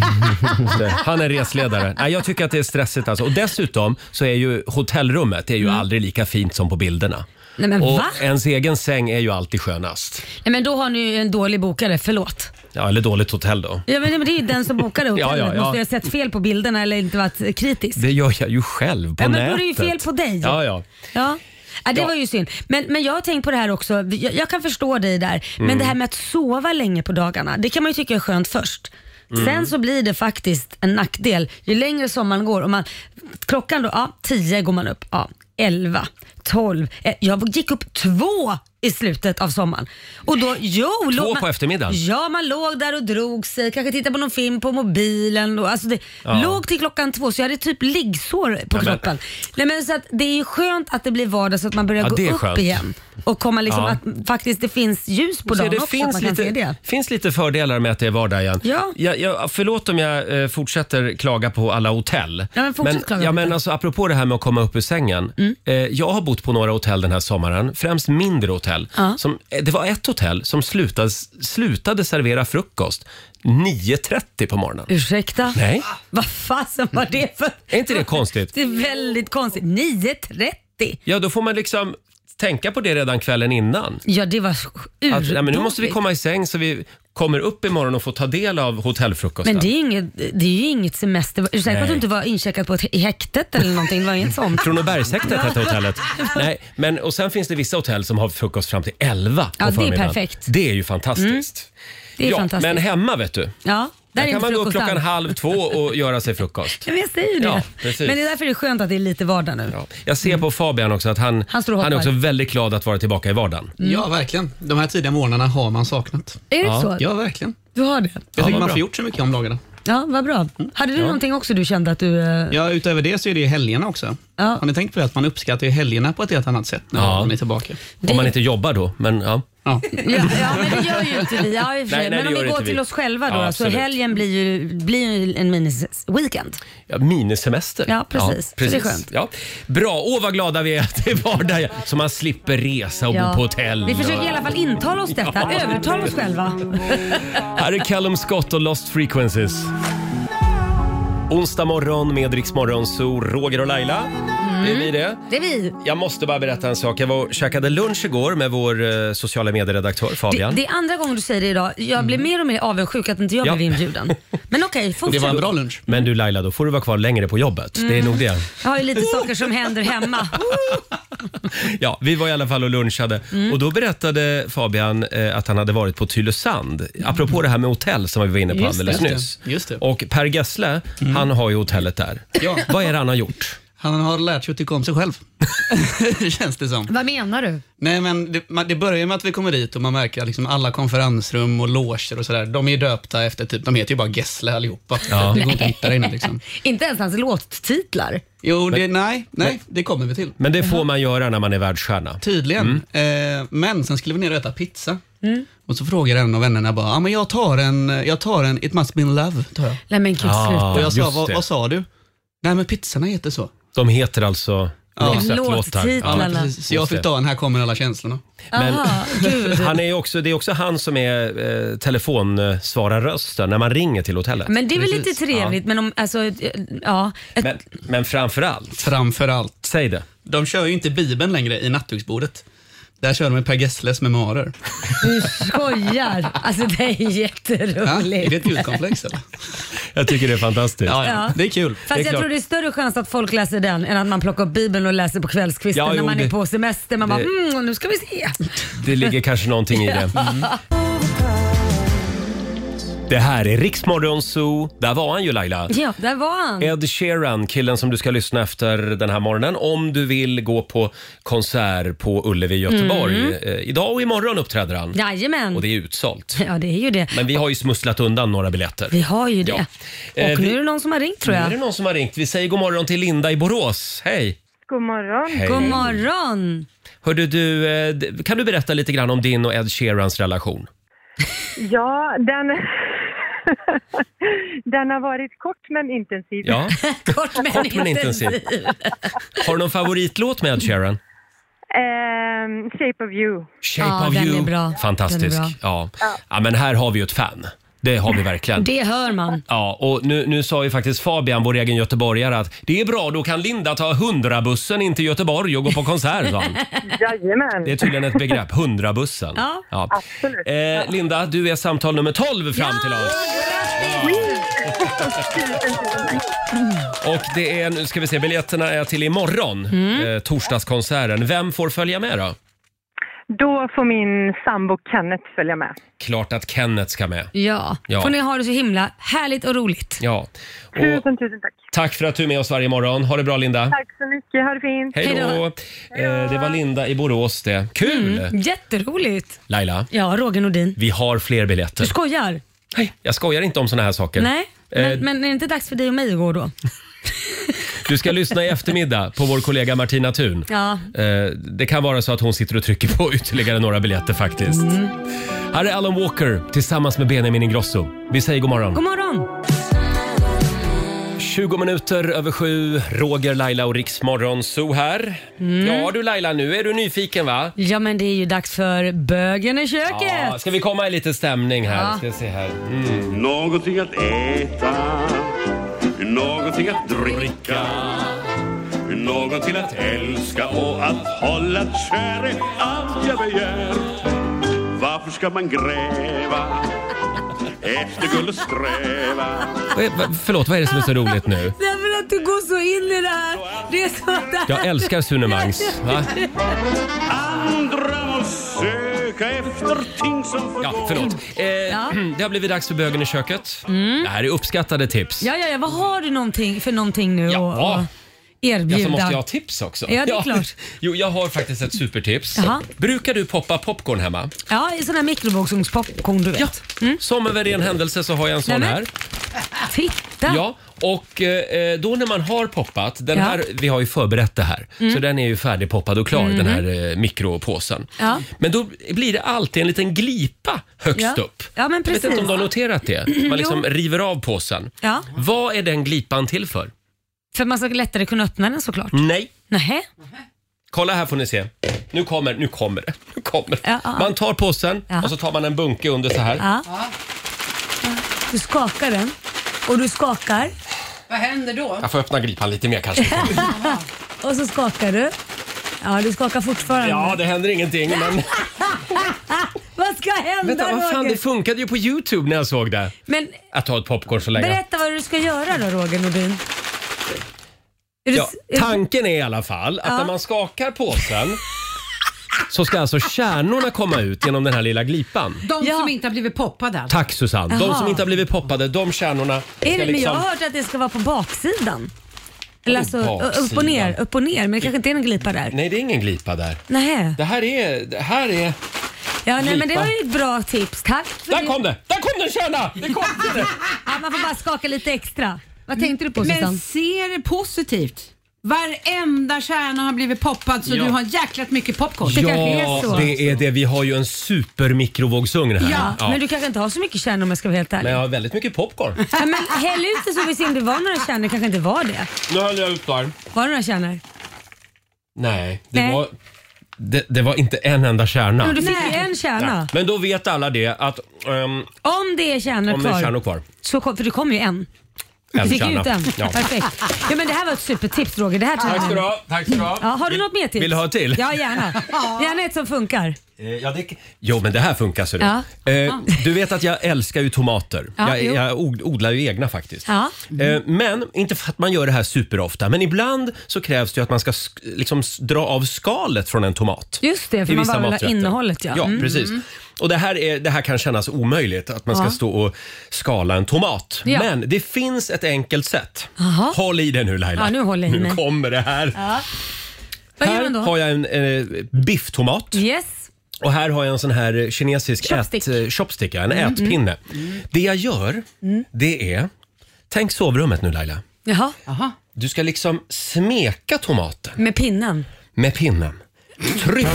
Det- han är resledare. Nej, jag tycker att det är stressigt alltså. Och dessutom så är ju hotellrummet det är ju aldrig lika fint som på bilderna. Nej men Och va? ens egen säng är ju alltid skönast. Nej, men då har ni ju en dålig bokare, förlåt. Ja, eller dåligt hotell då. Ja, men det är ju den som bokade hotellet. Ja, ja, ja. Måste jag ha sett fel på bilderna eller inte varit kritisk? Det gör jag ju själv på Ja, men nätet. då är det ju fel på dig. Ja, ja. Ja. Ja, det Ja. var ju synd. Men, men jag har tänkt på det här också. Jag, jag kan förstå dig där. Mm. Men det här med att sova länge på dagarna, det kan man ju tycka är skönt först. Mm. Sen så blir det faktiskt en nackdel ju längre sommaren går. Och man, klockan då, ja, tio går man upp. Ja, elva, tolv. Eh, Jag gick upp två i slutet av sommaren. Och då, jo, Två låg, på man, eftermiddagen? Ja, man låg där och drog sig, kanske tittade på någon film på mobilen. Och, alltså det, Ja. Låg till klockan två så jag hade typ liggsår på Ja, men- kroppen. Nej, men så att det är ju skönt att det blir vardag så att man börjar Ja, gå det är upp skönt. igen. Och komma liksom Ja. att faktiskt det finns ljus på Så dagen det också, finns att man kan se lite, det. finns lite fördelar med att det är vardag igen. Ja. Jag, jag, förlåt om jag eh, fortsätter klaga på alla hotell. Ja, men fortsätt men, klaga ja, lite. men alltså, apropå det här med att komma upp ur sängen. Mm. Eh, jag har bott på några hotell den här sommaren, främst mindre hotell. Ja. Som, eh, det var ett hotell som slutade, slutade servera frukost nio trettio på morgonen. Ursäkta? Nej. Vad fasen var det för... Är inte det konstigt? Det är väldigt konstigt. nio trettio? Ja, då får man liksom tänka på det redan kvällen innan. Ja, det var urdåligt. Att, nej, men nu måste vi komma i säng så vi kommer upp imorgon och får ta del av hotellfrukosten. Men det är, inget, det är ju inget semester. Är du säker på Nej. att du inte var incheckad på ett, i häktet eller någonting? Det var inget sånt. Kronobergshäktet hette hotellet. Nej, men, och sen finns det vissa hotell som har frukost fram till elva på Ja, det är förmiddagen. perfekt. Det är ju fantastiskt. Det är ja, fantastiskt. Men hemma vet du. Ja, där, Där är kan inte man gå upp frukost klockan alls. halv två och göra sig frukost. Ja, men jag säger ju det. Ja, precis. Men det är därför det är skönt att det är lite vardag nu. Ja. Jag ser på Fabian också att han, Han står och han är hoppar. också väldigt glad att vara tillbaka i vardagen. Ja, verkligen. De här tidiga morgnarna har man saknat. Är det Ja. så? Ja, verkligen. Du har det? Jag tycker vad man bra. får gjort så mycket om dagarna. Ja, vad bra. Hade du någonting också du kände att du... eh, Ja, utöver det så är det ju helgerna också. Ja. Har ni tänkt på det? Att man uppskattar ju helgerna på ett helt annat sätt när Ja. man är tillbaka. Om man inte jobbar då, men ja. Ja. Ja, ja, men det gör ju inte vi. Ja, i och för sig. Nej, nej, men det om gör vi går inte till vi. oss själva då, Ja, så absolut. helgen blir ju, blir ju en mini-weekend. Ja, minisemester. Ja, precis. Så det är skönt. Ja. Bra, åh vad glada vi är att det är vardag så man slipper resa och bo på hotell. Vi försöker i alla fall intala oss detta, Ja. övertala oss själva. Här är Callum Scott och Lost Frequencies. Onsdag morgon med Rix Morgon, så Roger och Laila. Det är vi det. Det är vi. Jag måste bara berätta en sak. Jag var och käkade lunch igår med vår eh, sociala medieredaktör Det, Fabian. det är andra gången du säger det idag. Jag blir mer och mer avundsjuk att inte jag Ja. blev inbjuden. Men okej, Det fortsätt. var en bra lunch. Men du Laila, då får du vara kvar längre på jobbet. Det är nog det. Jag har ju lite saker som händer hemma. Ja, vi var i alla fall och lunchade. Mm. Och då berättade Fabian eh, att han hade varit på Tylösand. Apropå det här med hotell som vi var inne på Just alldeles det. nyss. Just det. Och Per Gessle, han har ju hotellet där. Ja. Vad är det han har gjort? Han har lärt sig att tycka om sig själv. Känns det som. Vad menar du? Nej, men det, man- det börjar med att vi kommer dit och man märker att liksom alla konferensrum och loger och sådär, de är döpta efter typ, de heter ju bara Gessle allihopa. Ja. Det går inte att hitta där inne liksom. Inte ens hans låttitlar. Jo, det, nej, nej, det kommer vi till. Men det får man göra när man är världsstjärna. Tydligen. Eh, men sen skulle vi ner och äta pizza. Och så frågar en av vännerna bara, ja men jag tar en, jag tar en It must be in love, tar jag. Nej men gud, Ah. sluta. Och jag sa, just vad, det. vad sa du? Nej men pizzorna heter så. De heter alltså Ja. Långsatt-låtar. Låttitlar. Ja, men Alla. precis. Så jag Just fick det. ta en, här kommer alla känslorna. Men Aha, gud. han är ju också, det är också han som är eh, telefonsvararrösten när man ringer till hotellet. Men, Men det är väl Precis. lite trevligt, men om, alltså, eh, ja. Ett, men, men framför allt, Framför allt. säg det. De kör ju inte Bibeln längre i nattduksbordet. Där kör de med Per Gessles memoarer. Du skojar. Alltså det är Ja, jätteroligt. är det ett ljudkomplex eller? Jag tycker det är fantastiskt. Ja, ja. Ja. Det är kul. Fast Det är jag klart. tror det är större chans att folk läser den än att man plockar upp Bibeln och läser på kvällskvisten Ja, när jo, man det- är på semester. Man det- bara, mm, nu ska vi se. Det ligger kanske någonting i det. Det här är Riksmorgon Zoo. Där var han ju Laila. Ja, där var han. Ed Sheeran, killen som du ska lyssna efter den här morgonen om du vill gå på konsert på Ullevi i Göteborg. Mm. Eh, idag och imorgon uppträder han. Jajamän. Och det är utsålt. Ja, det är ju det. Men vi har ju smusslat undan några biljetter. Vi har ju det. Ja. Eh, Och nu vi- är det någon som har ringt tror Nu är jag. det någon som har ringt. Vi säger god morgon till Linda i Borås. Hej! God morgon. Hej. God morgon. Hörde du, eh, d- kan du berätta lite grann om din och Ed Sheerans relation? Ja, den, den har varit kort men intensiv. Ja. Kort men, Kort men intensiv. Har du någon favoritlåt med Ed Sheeran? Ehm, Shape of you. Shape Ja, of den you. är bra. Fantastisk. Den är Ja. Ja, men här har vi ju ett fan. Det har vi verkligen. Det hör man. Ja, och nu, nu sa ju faktiskt Fabian, vår egen göteborgare, att det är bra, då kan Linda ta hundrabussen in till Göteborg och gå på konsert, sa han. Jajamän. Det är tydligen ett begrepp, hundrabussen. Ja. Absolut. Eh, Linda, du är samtal nummer tolv fram till oss. Och det är, nu ska vi se, biljetterna är till imorgon, Mm. eh, torsdagskonserten. Vem får följa med då? Då får min sambo Kenneth följa med. Klart att Kenneth ska med. Ja. Ja. Får ni ha det så himla härligt och roligt. Ja. Och Tusen, tusen tack. tack för att du är med oss varje morgon. Ha det bra, Linda. Tack så mycket. Ha det fint. Hej då. Eh, det var Linda i Borås det. Kul! Mm, jätteroligt. Laila, Ja, Roger Nordin. vi har fler biljetter. Du skojar? Nej, jag skojar inte om såna här saker. Nej, Eh, men, men är det inte dags för dig och mig att gå då? Du ska lyssna i eftermiddag på vår kollega Martina Thun. Ja. Eh, det kan vara så att hon sitter och trycker på ytterligare några biljetter faktiskt. Mm. Här är Alan Walker tillsammans med Benjamin Ingrosso. Vi säger god morgon. God morgon. tjugo minuter över sju, Roger, Laila och Riks Morgonzoo här. Mm. Ja du Laila, nu är du nyfiken va? Ja, men det är ju dags för Bögen i köket. Ja, ska vi komma i lite stämning här? Ja. Ska vi se här. Mm. Någonting att äta, någonting att dricka, någonting att älska och att hålla kär är allt jag begär. Varför ska man gräva efter guld och sträva? Vad är- vad- Förlåt, vad är det som är så roligt nu? Därför att du går så in i det här. Det är så där. Jag älskar Sunemangs. Va? Andra måste söka efter ting som får Ja, gå. förlåt. Eh, Ja. Det har blivit dags för Bögen i köket. Mm. Det här är uppskattade tips. Ja, ja, ja. Vad har du någonting för någonting nu Ja. att att erbjuda? Ja, så måste jag ha tips också. Ja, det är klart. Jo, jag har faktiskt ett supertips. Jaha. Brukar du poppa popcorn hemma? Ja, i sån här mikrovågspopcorn, du vet. Mm. Som över en händelse så har jag en sån Nämen. här. Titta! Ja, och eh, då när man har poppat, den Ja. här, vi har ju förberett det här, Mm. så den är ju färdigpoppad och klar, Mhm. den här eh, mikropåsen. Ja. Men då blir det alltid en liten glipa högst Ja. upp. Ja, men Jag vet precis. inte om du har noterat det. Man liksom Jo. river av påsen. Ja, Vad är den glipan till för? för man ska lättare kunna öppna den såklart. Nej. Nähä? Kolla här får ni se. Nu kommer, nu kommer det. Nu kommer. det. Ja, ja. Man tar påsen Ja. och så tar man en bunke under så här. Ja. Du skakar den. Och du skakar. Vad händer då? Jag får öppna glipan lite mer kanske. Och så skakar du. Ja, du skakar fortfarande. Ja, det händer ingenting men... Vad ska hända, Vänta, vad fan, Roger? det funkade ju på YouTube när jag såg det. Men Att ta ett popcorn så länge. berätta vad du ska göra då, Roger Nordin. Är du, Ja, är du, tanken är i alla fall att Ja. när man skakar påsen så ska alltså kärnorna komma ut genom den här lilla glipan. De Ja. som inte har blivit poppade alltså. Tack Susanne. De Jaha. som inte har blivit poppade, de kärnorna är ska det, men jag liksom... har hört att det ska vara på baksidan. Eller alltså baksidan? upp och ner, upp och ner. Men det kanske inte är en glipa där. Nej, det är ingen glipa där. Nej. Det här är... Det här är... Ja, nej, men det glipa. var ju ett bra tips. Tack för Där det. kom det! Där kom den kärna! Det kom det! Ja, man får bara skaka lite extra. Vad tänkte du på, Men Susanne? se det positivt. Varenda kärna har blivit poppad så Ja. du har jäklat mycket popcorn. Det kanske är Ja, så. det är det. Vi har ju en supermikrovågsugn här. Ja, men du kanske inte har så mycket kärnor om jag ska vara helt ärlig. Men jag har väldigt mycket popcorn. Ja, men häll ut det så vi ser om det var några kärnor. Kanske inte var det. Nu höll jag ut där. Var det några kärnor? Nej, det Nej. var... Det, det var inte en enda kärna. Men du fick ju en kärna. Nej. Men då vet alla det att ehm, Om det är kärnor om det är kvar. kärnor kvar. Så kom, för det kom ju en. En Du fick kärna. ut en. Ja. Perfekt. Ja, men det här var ett supertips, Roger. Det här tar Tack jag ska du med. ha. Tack ska du ha. Ja, har du Vill- något mer tips? Vill du ha till? Ja, gärna. Gärna ett som funkar. Eh, Ja, det, jo, men det här funkar så Ja. det. Eh, du vet att jag älskar ju tomater. Ja, jag jo. jag od- odlar ju egna faktiskt. Ja. Eh, men, inte för att man gör det här superofta, men ibland så krävs det ju att man ska sk- liksom s- dra av skalet från en tomat. Just det, för I man vissa bara vill ha maträtter. innehållet. Ja, Ja, Mm. precis. Och det här, är, det här kan kännas omöjligt, att man ska Ja. stå och skala en tomat. Ja. Men det finns ett enkelt sätt. Jaha. Håll i det nu Laila. Ja, nu håller jag i Nu mig. kommer det här. Ja. Vad gör Här man då? har jag en eh, bifftomat. Yes. Och här har jag en sån här kinesisk Chopstick. ät, eh, chopstick, ja, en Mm, ätpinne. Det jag gör, det är... Tänk sovrummet nu Laila. Jaha, Jaha. Du ska liksom smeka tomaten med pinnen. med pinnen. Trycka.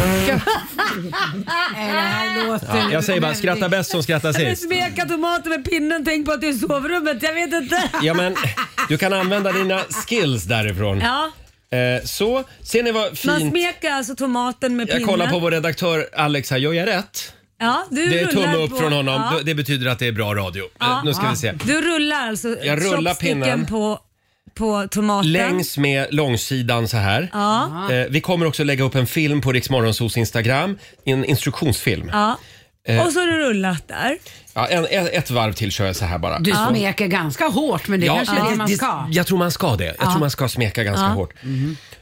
Nej, det här låter... Ja, jag säger bara, skratta bäst som skrattar sist. Smeka tomater med pinnen, tänk på att det är sovrummet. Jag vet inte. Ja, men du kan använda dina skills därifrån. Ja, Eh, så, ser ni vad man fint? smeker alltså tomaten med pinnen. Jag kollar på vår redaktör Alex här, gör jag rätt? Ja, du Det är rullar tumme upp på, från honom. Ja. Det betyder att det är bra radio. Eh, Ja. nu ska vi se. Du rullar alltså Jag rullar chopsticken pinnen. på, på tomaten. Längs med långsidan så här. Ja. Eh, vi kommer också lägga upp en film på Rix Morgonzoos Instagram. En instruktionsfilm. Ja. Eh. Och så har du rullat där. Ja, en, ett, ett varv till kör jag så här bara. Du smeker ganska hårt men det kanske är det man ska. Jag tror man ska det. Jag tror man ska smeka ganska Ja. hårt.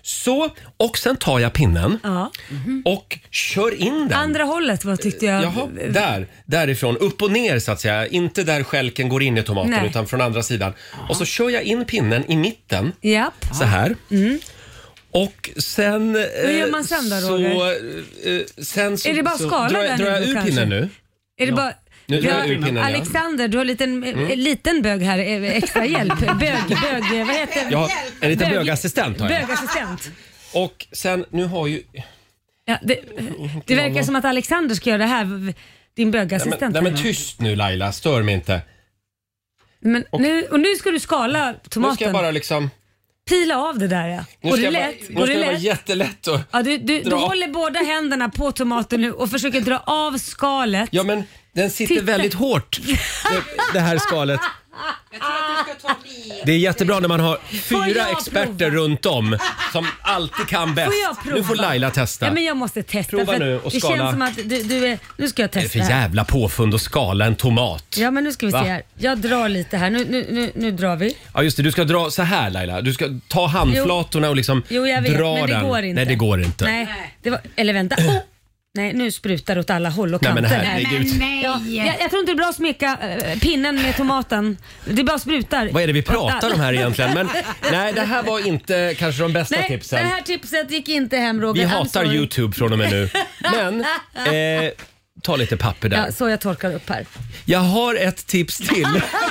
Så, och sen tar jag pinnen Ja. och kör in den. Andra hållet, vad tyckte jag? Jaha, där, därifrån. Upp och ner så att säga. Inte där skälken går in i tomaten Nej. utan från andra sidan. Och så kör jag in pinnen i mitten. Japp. Så här. Och sen... Vad gör man sen då, så, eh, sen så, Är det bara så skala drar, där drar nu jag då, ur kanske? pinnen nu? Är det bara... Nu drar jag ur pinnen, ja. Alexander, du har en liten, mm. liten bög här, eh, extra hjälp. Bög, bög, vad heter det? Jag har en liten Bög- bögassistent har jag. Bögassistent. Och sen, nu har ju... Ja, det, det verkar som att Alexander ska göra det här, din Nej bögassistent. men, nej men tyst nu Laila, stör mig inte. Men nu, och nu ska du skala tomaten. Nu ska jag bara liksom... Pila av det där ja. Nu Går ska det jag bara, lätt? nu Går ska det det vara lätt? jättelätt att Ja, du du, du dra. håller båda händerna på tomaten nu och försöker dra av skalet. Ja men den sitter Titta. väldigt hårt, det, det här skalet. Det är jättebra när man har fyra jag experter prova? runt om som alltid kan bäst. Får jag prova? Nu får Laila testa. Ja, men jag måste testa. Prova för nu att och det skala. känns som att du, du är... Nu ska jag Vad är det testa för här. jävla påfund att skala en tomat? Ja, men nu ska vi se Va? här. Jag drar lite här. Nu, nu, nu, nu drar vi. Ja just det, du ska dra så här Laila. Du ska ta handflatorna och liksom Jo, jag vet, dra men det den. går inte. Nej det går inte. Nej, det var... Eller vänta. Oh! Nej, nu sprutar det åt alla håll och Nej, kanter. men herregud. Ja, jag, jag tror inte det är bra att smeka äh, pinnen med tomaten. Det bara sprutar. Vad är det vi Åt pratar alla- om här egentligen? Men nej, det här var inte kanske de bästa Nej, tipsen. det här tipset gick inte hem, Roger. Vi I'm hatar sorry. YouTube från och med nu. Men, eh, ta lite papper där. Ja, så jag torkar upp här. Jag har ett tips till.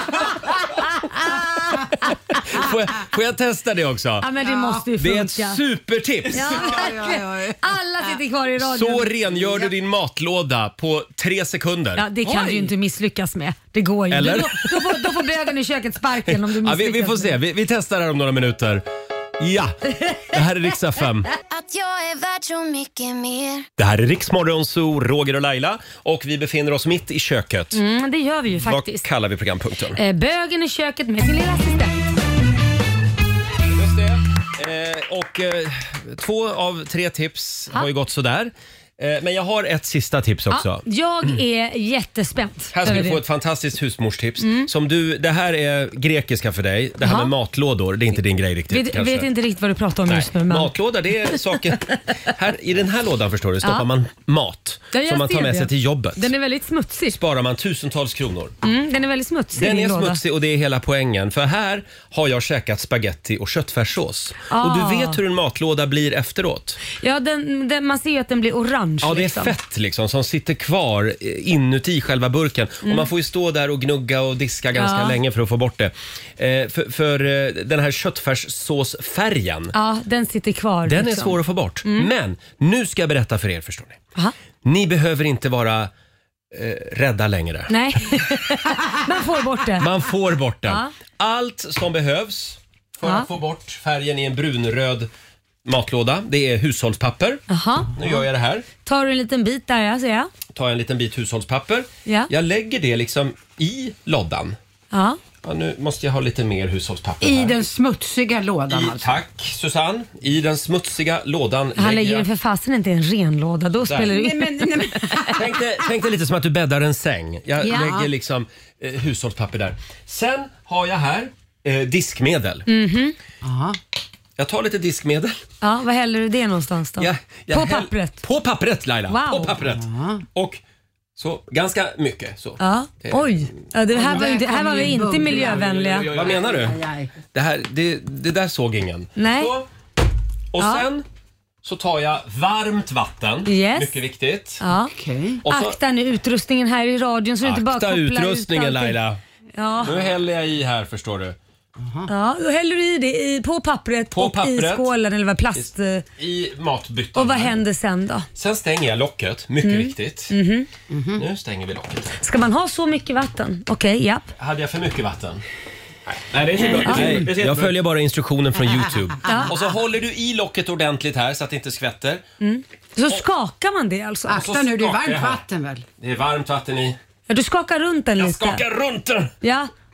får, jag, får jag testa det också? Ja, men det måste ju Det är funka. ett supertips. Ja, verkligen. Alla sitter kvar i radion. Så rengör du din matlåda på tre sekunder. Ja, det kan Oj. du ju inte misslyckas med. Det går ju. Eller? Då, då, får, då får bögen i köket sparken om du Ja, misslyckas. vi, vi får se, med. vi, vi testar här om några minuter. Ja, det här är Rix F M. Att jag är värd så mycket mer. Det här är Rix Morgon Zoo, Roger och Laila. Och vi befinner oss mitt i köket. Mm, det gör vi ju Vad faktiskt. kallar vi programpunkten? Eh, bögen i köket med sin lilla assistent. Just det. Eh, och eh, två av tre tips har ju gått sådär. Eh, men jag har ett sista tips också. Ja, jag är jättespänt. Här ska över du få det. ett fantastiskt husmorstips. Som du, det här är grekiska för dig. Det här Jaha. med matlådor, det är inte din grej riktigt Vet, kanske. vet inte riktigt vad du pratar om Nej. just nu. Men... Matlåda, det är saker... här, I den här lådan förstår du, stoppar Ja. man mat Ja, jag som man tar ser med det. sig till jobbet. Den är väldigt smutsig. Sparar man tusentals kronor. Mm, den är väldigt smutsig. Den din är låda. smutsig och det är hela poängen. För här har jag käkat spaghetti och köttfärssås. Ah. Och du vet hur en matlåda blir efteråt. Ja, den, den, man ser ju att den blir orange. Ja, det är liksom. fett liksom som sitter kvar inuti själva burken. Och man får ju stå där och gnugga och diska ganska Ja. länge för att få bort det. Eh, för för eh, den här köttfärssåsfärgen, Ja, den sitter kvar. den är liksom. svår att få bort. Men nu ska jag berätta för er, förstår ni. Aha. Ni behöver inte vara eh, rädda längre. Nej, man får bort det. Man får bort den. Ja. Allt som behövs för Ja. att få bort färgen i en brunröd matlåda, det är hushållspapper. Jaha. Nu gör jag det här. Tar du en liten bit där, ja, ser jag. Tar jag en liten bit hushållspapper. Ja. Jag lägger det liksom i loddan. Ja. Ja, nu måste jag ha lite mer hushållspapper I här. den smutsiga lådan I, alltså. tack Susanne. I den smutsiga lådan Han lägger jag... den för fasen inte i en ren låda. Då spelar det Nej, ju... men, nej, men. Tänk dig, tänk dig lite som att du bäddar en säng. Jag Ja. lägger liksom eh, hushållspapper där. Sen har jag här eh, diskmedel. Aha. Jag tar lite diskmedel. Ja, vad häller du det någonstans då? Jag, jag På häll- pappret? På pappret Laila. Wow. På pappret. Och så ganska mycket så. Ja. Eh, Oj, ja, det här var, ju inte, här var vi inte Bubbla. miljövänliga. Vad menar du? Aj, aj. Det, här, det, det där såg ingen. Nej. Så, och Ja. sen så tar jag varmt vatten. Yes. Mycket viktigt. Ja. Okej. Och så, Akta nu utrustningen här i radion så du inte bara akta kopplar utrustningen ut allting. Laila. Ja. Nu häller jag i här förstår du. Ja, då häller du i det i, på pappret På och i pappret. skålen eller vad plast. eh, I matbyttan. Och vad här. händer sen då? Sen stänger jag locket, mycket Mm. viktigt. Mhm. Nu stänger vi locket. Ska man ha så mycket vatten? Okej, japp. Hade jag för mycket vatten? Nej, det är så bra. Det ser- det ser Jag jättebra. följer bara instruktionen från Youtube. Ja. Och så håller du i locket ordentligt här så att det inte skvätter. Så skakar man det alltså? Akta nu, det är skakar jag varmt här. vatten väl? Det är varmt vatten i. Ja, du skakar runt den Jag lite? skakar runt den! Ja.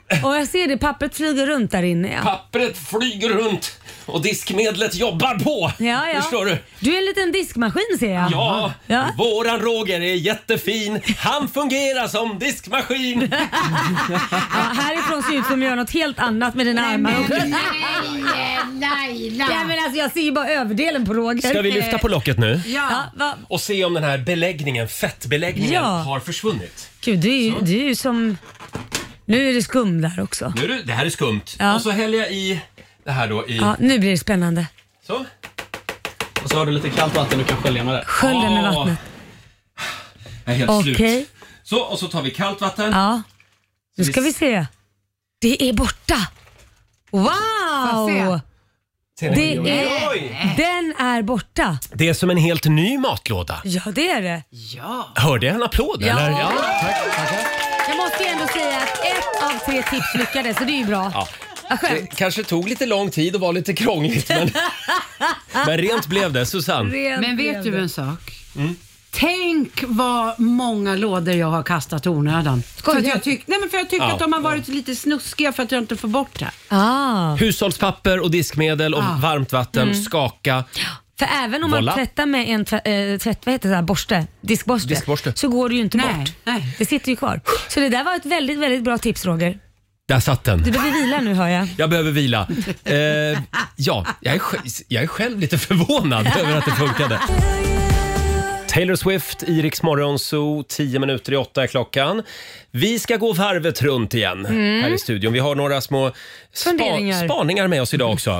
Och jag ser det, pappret flyger runt där inne. Ja. Pappret flyger runt och diskmedlet jobbar på. Ja, ja. Förstår du? Du är en liten diskmaskin ser jag. Ja, ja. våran Roger är jättefin. Han fungerar som diskmaskin. Ja, härifrån ser ut som gör något helt annat med dina armar. Nej, Laila. Ja, men alltså, jag ser ju bara överdelen på Roger. Ska vi lyfta på locket nu? Ja. Ja, och se om den här beläggningen, fettbeläggningen Ja. har försvunnit. Gud, det är ju, det är ju som... Nu är det skum där också. Nu är det, det här är skumt. Ja. Och så häller jag i det här då i... Ja, nu blir det spännande. Så. Och så har du lite kallt vatten du kan skölja med det. Skölj det med Åh. vattnet. Jag är helt Okej. slut. Så, och så tar vi kallt vatten. Ja. Nu ska vi se. Det är borta. Wow! Ser ni? Det är, Oj. den är borta. Det är som en helt ny matlåda. Ja, det är det. Ja. Hörde jag en applåd? Ja. Eller? Ja, tack, tack. Jag måste ju ändå säga att ett av tre tips lyckades, så det är ju bra. Ja. Vad Det skönt. kanske tog lite lång tid och var lite krångligt, men, men rent blev det. Susanne? Rent Men blev vet du det. en sak? Mm. Tänk vad många lådor jag har kastat onödan. För att jag, tyck, nej men för jag tycker Ja. att de har varit lite snuskiga för att jag inte får bort det. Ah. Hushållspapper och diskmedel och Ah. varmt vatten, Mm. skaka. För även om Voila. man tvättar med en tvätt, äh, tvätt, vad heter det, här, borste, diskborste, Diskborste. så går det ju inte Nej, bort. nej. Det sitter ju kvar. Så det där var ett väldigt, väldigt bra tips, Roger. Där satt den. Du behöver vila nu, hör jag. Jag behöver vila. Eh, ja, jag är, sj- jag är själv lite förvånad över att det funkade. Taylor Swift, i Rix Morgon Zoo, tio minuter i åtta är klockan. Vi ska gå varvet runt igen Mm. här i studion. Vi har några små spa- Funderingar. spaningar med oss idag också.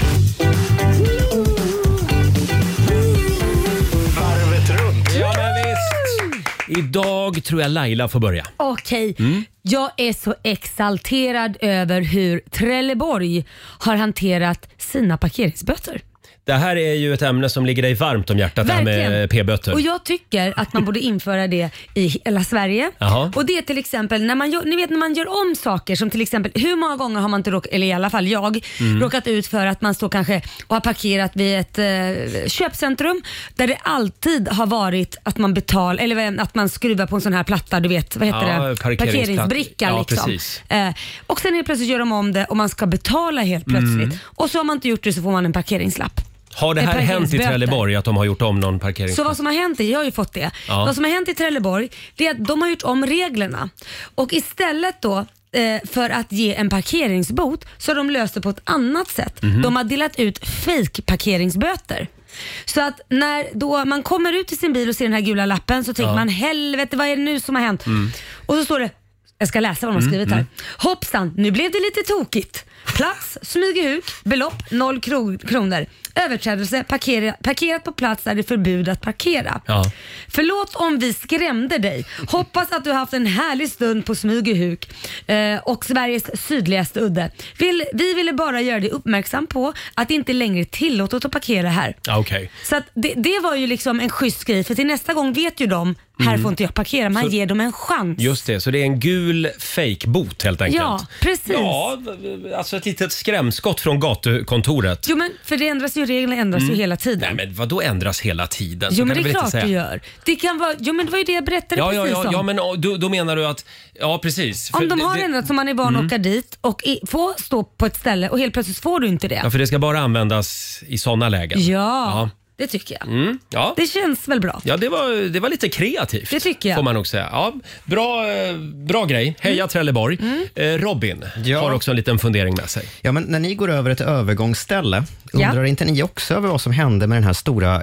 Varvet runt. Ja, men visst. Idag tror jag Laila får börja. Okej, Mm. jag är så exalterad över hur Trelleborg har hanterat sina parkeringsböter. Det här är ju ett ämne som ligger dig varmt om hjärtat, det här med Verkligen. p-böter. Och jag tycker att man borde införa det i hela Sverige. Jaha. Och det är till exempel när man gör, ni vet när man gör om saker, som till exempel hur många gånger har man inte råkat, eller i alla fall jag, Mm. råkat ut för att man står kanske och har parkerat vid ett eh, köpcentrum där det alltid har varit att man betalar, eller att man skruvar på en sån här platta, du vet, vad heter Ja, det? parkeringsplatt- Parkeringsbricka ja, liksom. precis. Eh, och sen helt plötsligt gör de om det och man ska betala helt plötsligt. Mm. Och så har man inte gjort det, så får man en parkeringslapp. Har det Ett här hänt i parkeringsböter. Trelleborg att de har gjort om någon Så parkeringsplats? vad som har hänt, jag har ju fått det. Ja. Vad som har hänt i Trelleborg, det är att de har gjort om reglerna. Och istället då eh, för att ge en parkeringsbot så har de löst det på ett annat sätt. Mhm. De har delat ut fake-parkeringsböter. Så att när då man kommer ut i sin bil och ser den här gula lappen så tänker Ja. man, helvete vad är det nu som har hänt? Mm. Och så står det, jag ska läsa vad de har skrivit Mm, här. Hoppsan, nu blev det lite tokigt. Plats, smygehuk, belopp noll kro- kronor. Överträdelse, parkera, parkerat på plats där det är förbud att parkera. Ja. Förlåt om vi skrämde dig. Hoppas att du har haft en härlig stund på Smygehuk eh, och Sveriges sydligaste udde. Vill, vi ville bara göra dig uppmärksam på att det inte längre är tillåtet att parkera här. Ja, okej. Så att det, det var ju liksom en schysst grej, för till nästa gång vet ju de, här Mm. får inte jag parkera. Man Så- ger dem en chans. Just det, så det är en gul fake-bot helt enkelt. Ja, precis. Ja, alltså ett litet skrämskott från gatukontoret. Jo men för det ändras ju, reglerna ändras ju hela tiden. Nej men vad då ändras hela tiden? Så Jo kan men det du är väl inte klart säga. du gör. Det kan vara, jo men det var ju det jag berättade Ja, ja, precis ja, om. ja men oh, då, då menar du att, ja precis. För Om de det- har det- ändrat så man är van Mm. att åka dit och i, få stå på ett ställe och helt plötsligt får du inte det. Ja, för det ska bara användas i sådana lägen. Ja, det tycker jag. Mm, ja. Det känns väl bra. Ja, det var, det var lite kreativt. Det tycker jag. Får man nog säga. Ja, bra, eh, bra grej. Heja Mm. Trelleborg. Eh, Robin har också en liten fundering med sig. Ja, men när ni går över ett övergångsställe, Ja. undrar inte ni också över vad som hände med den här stora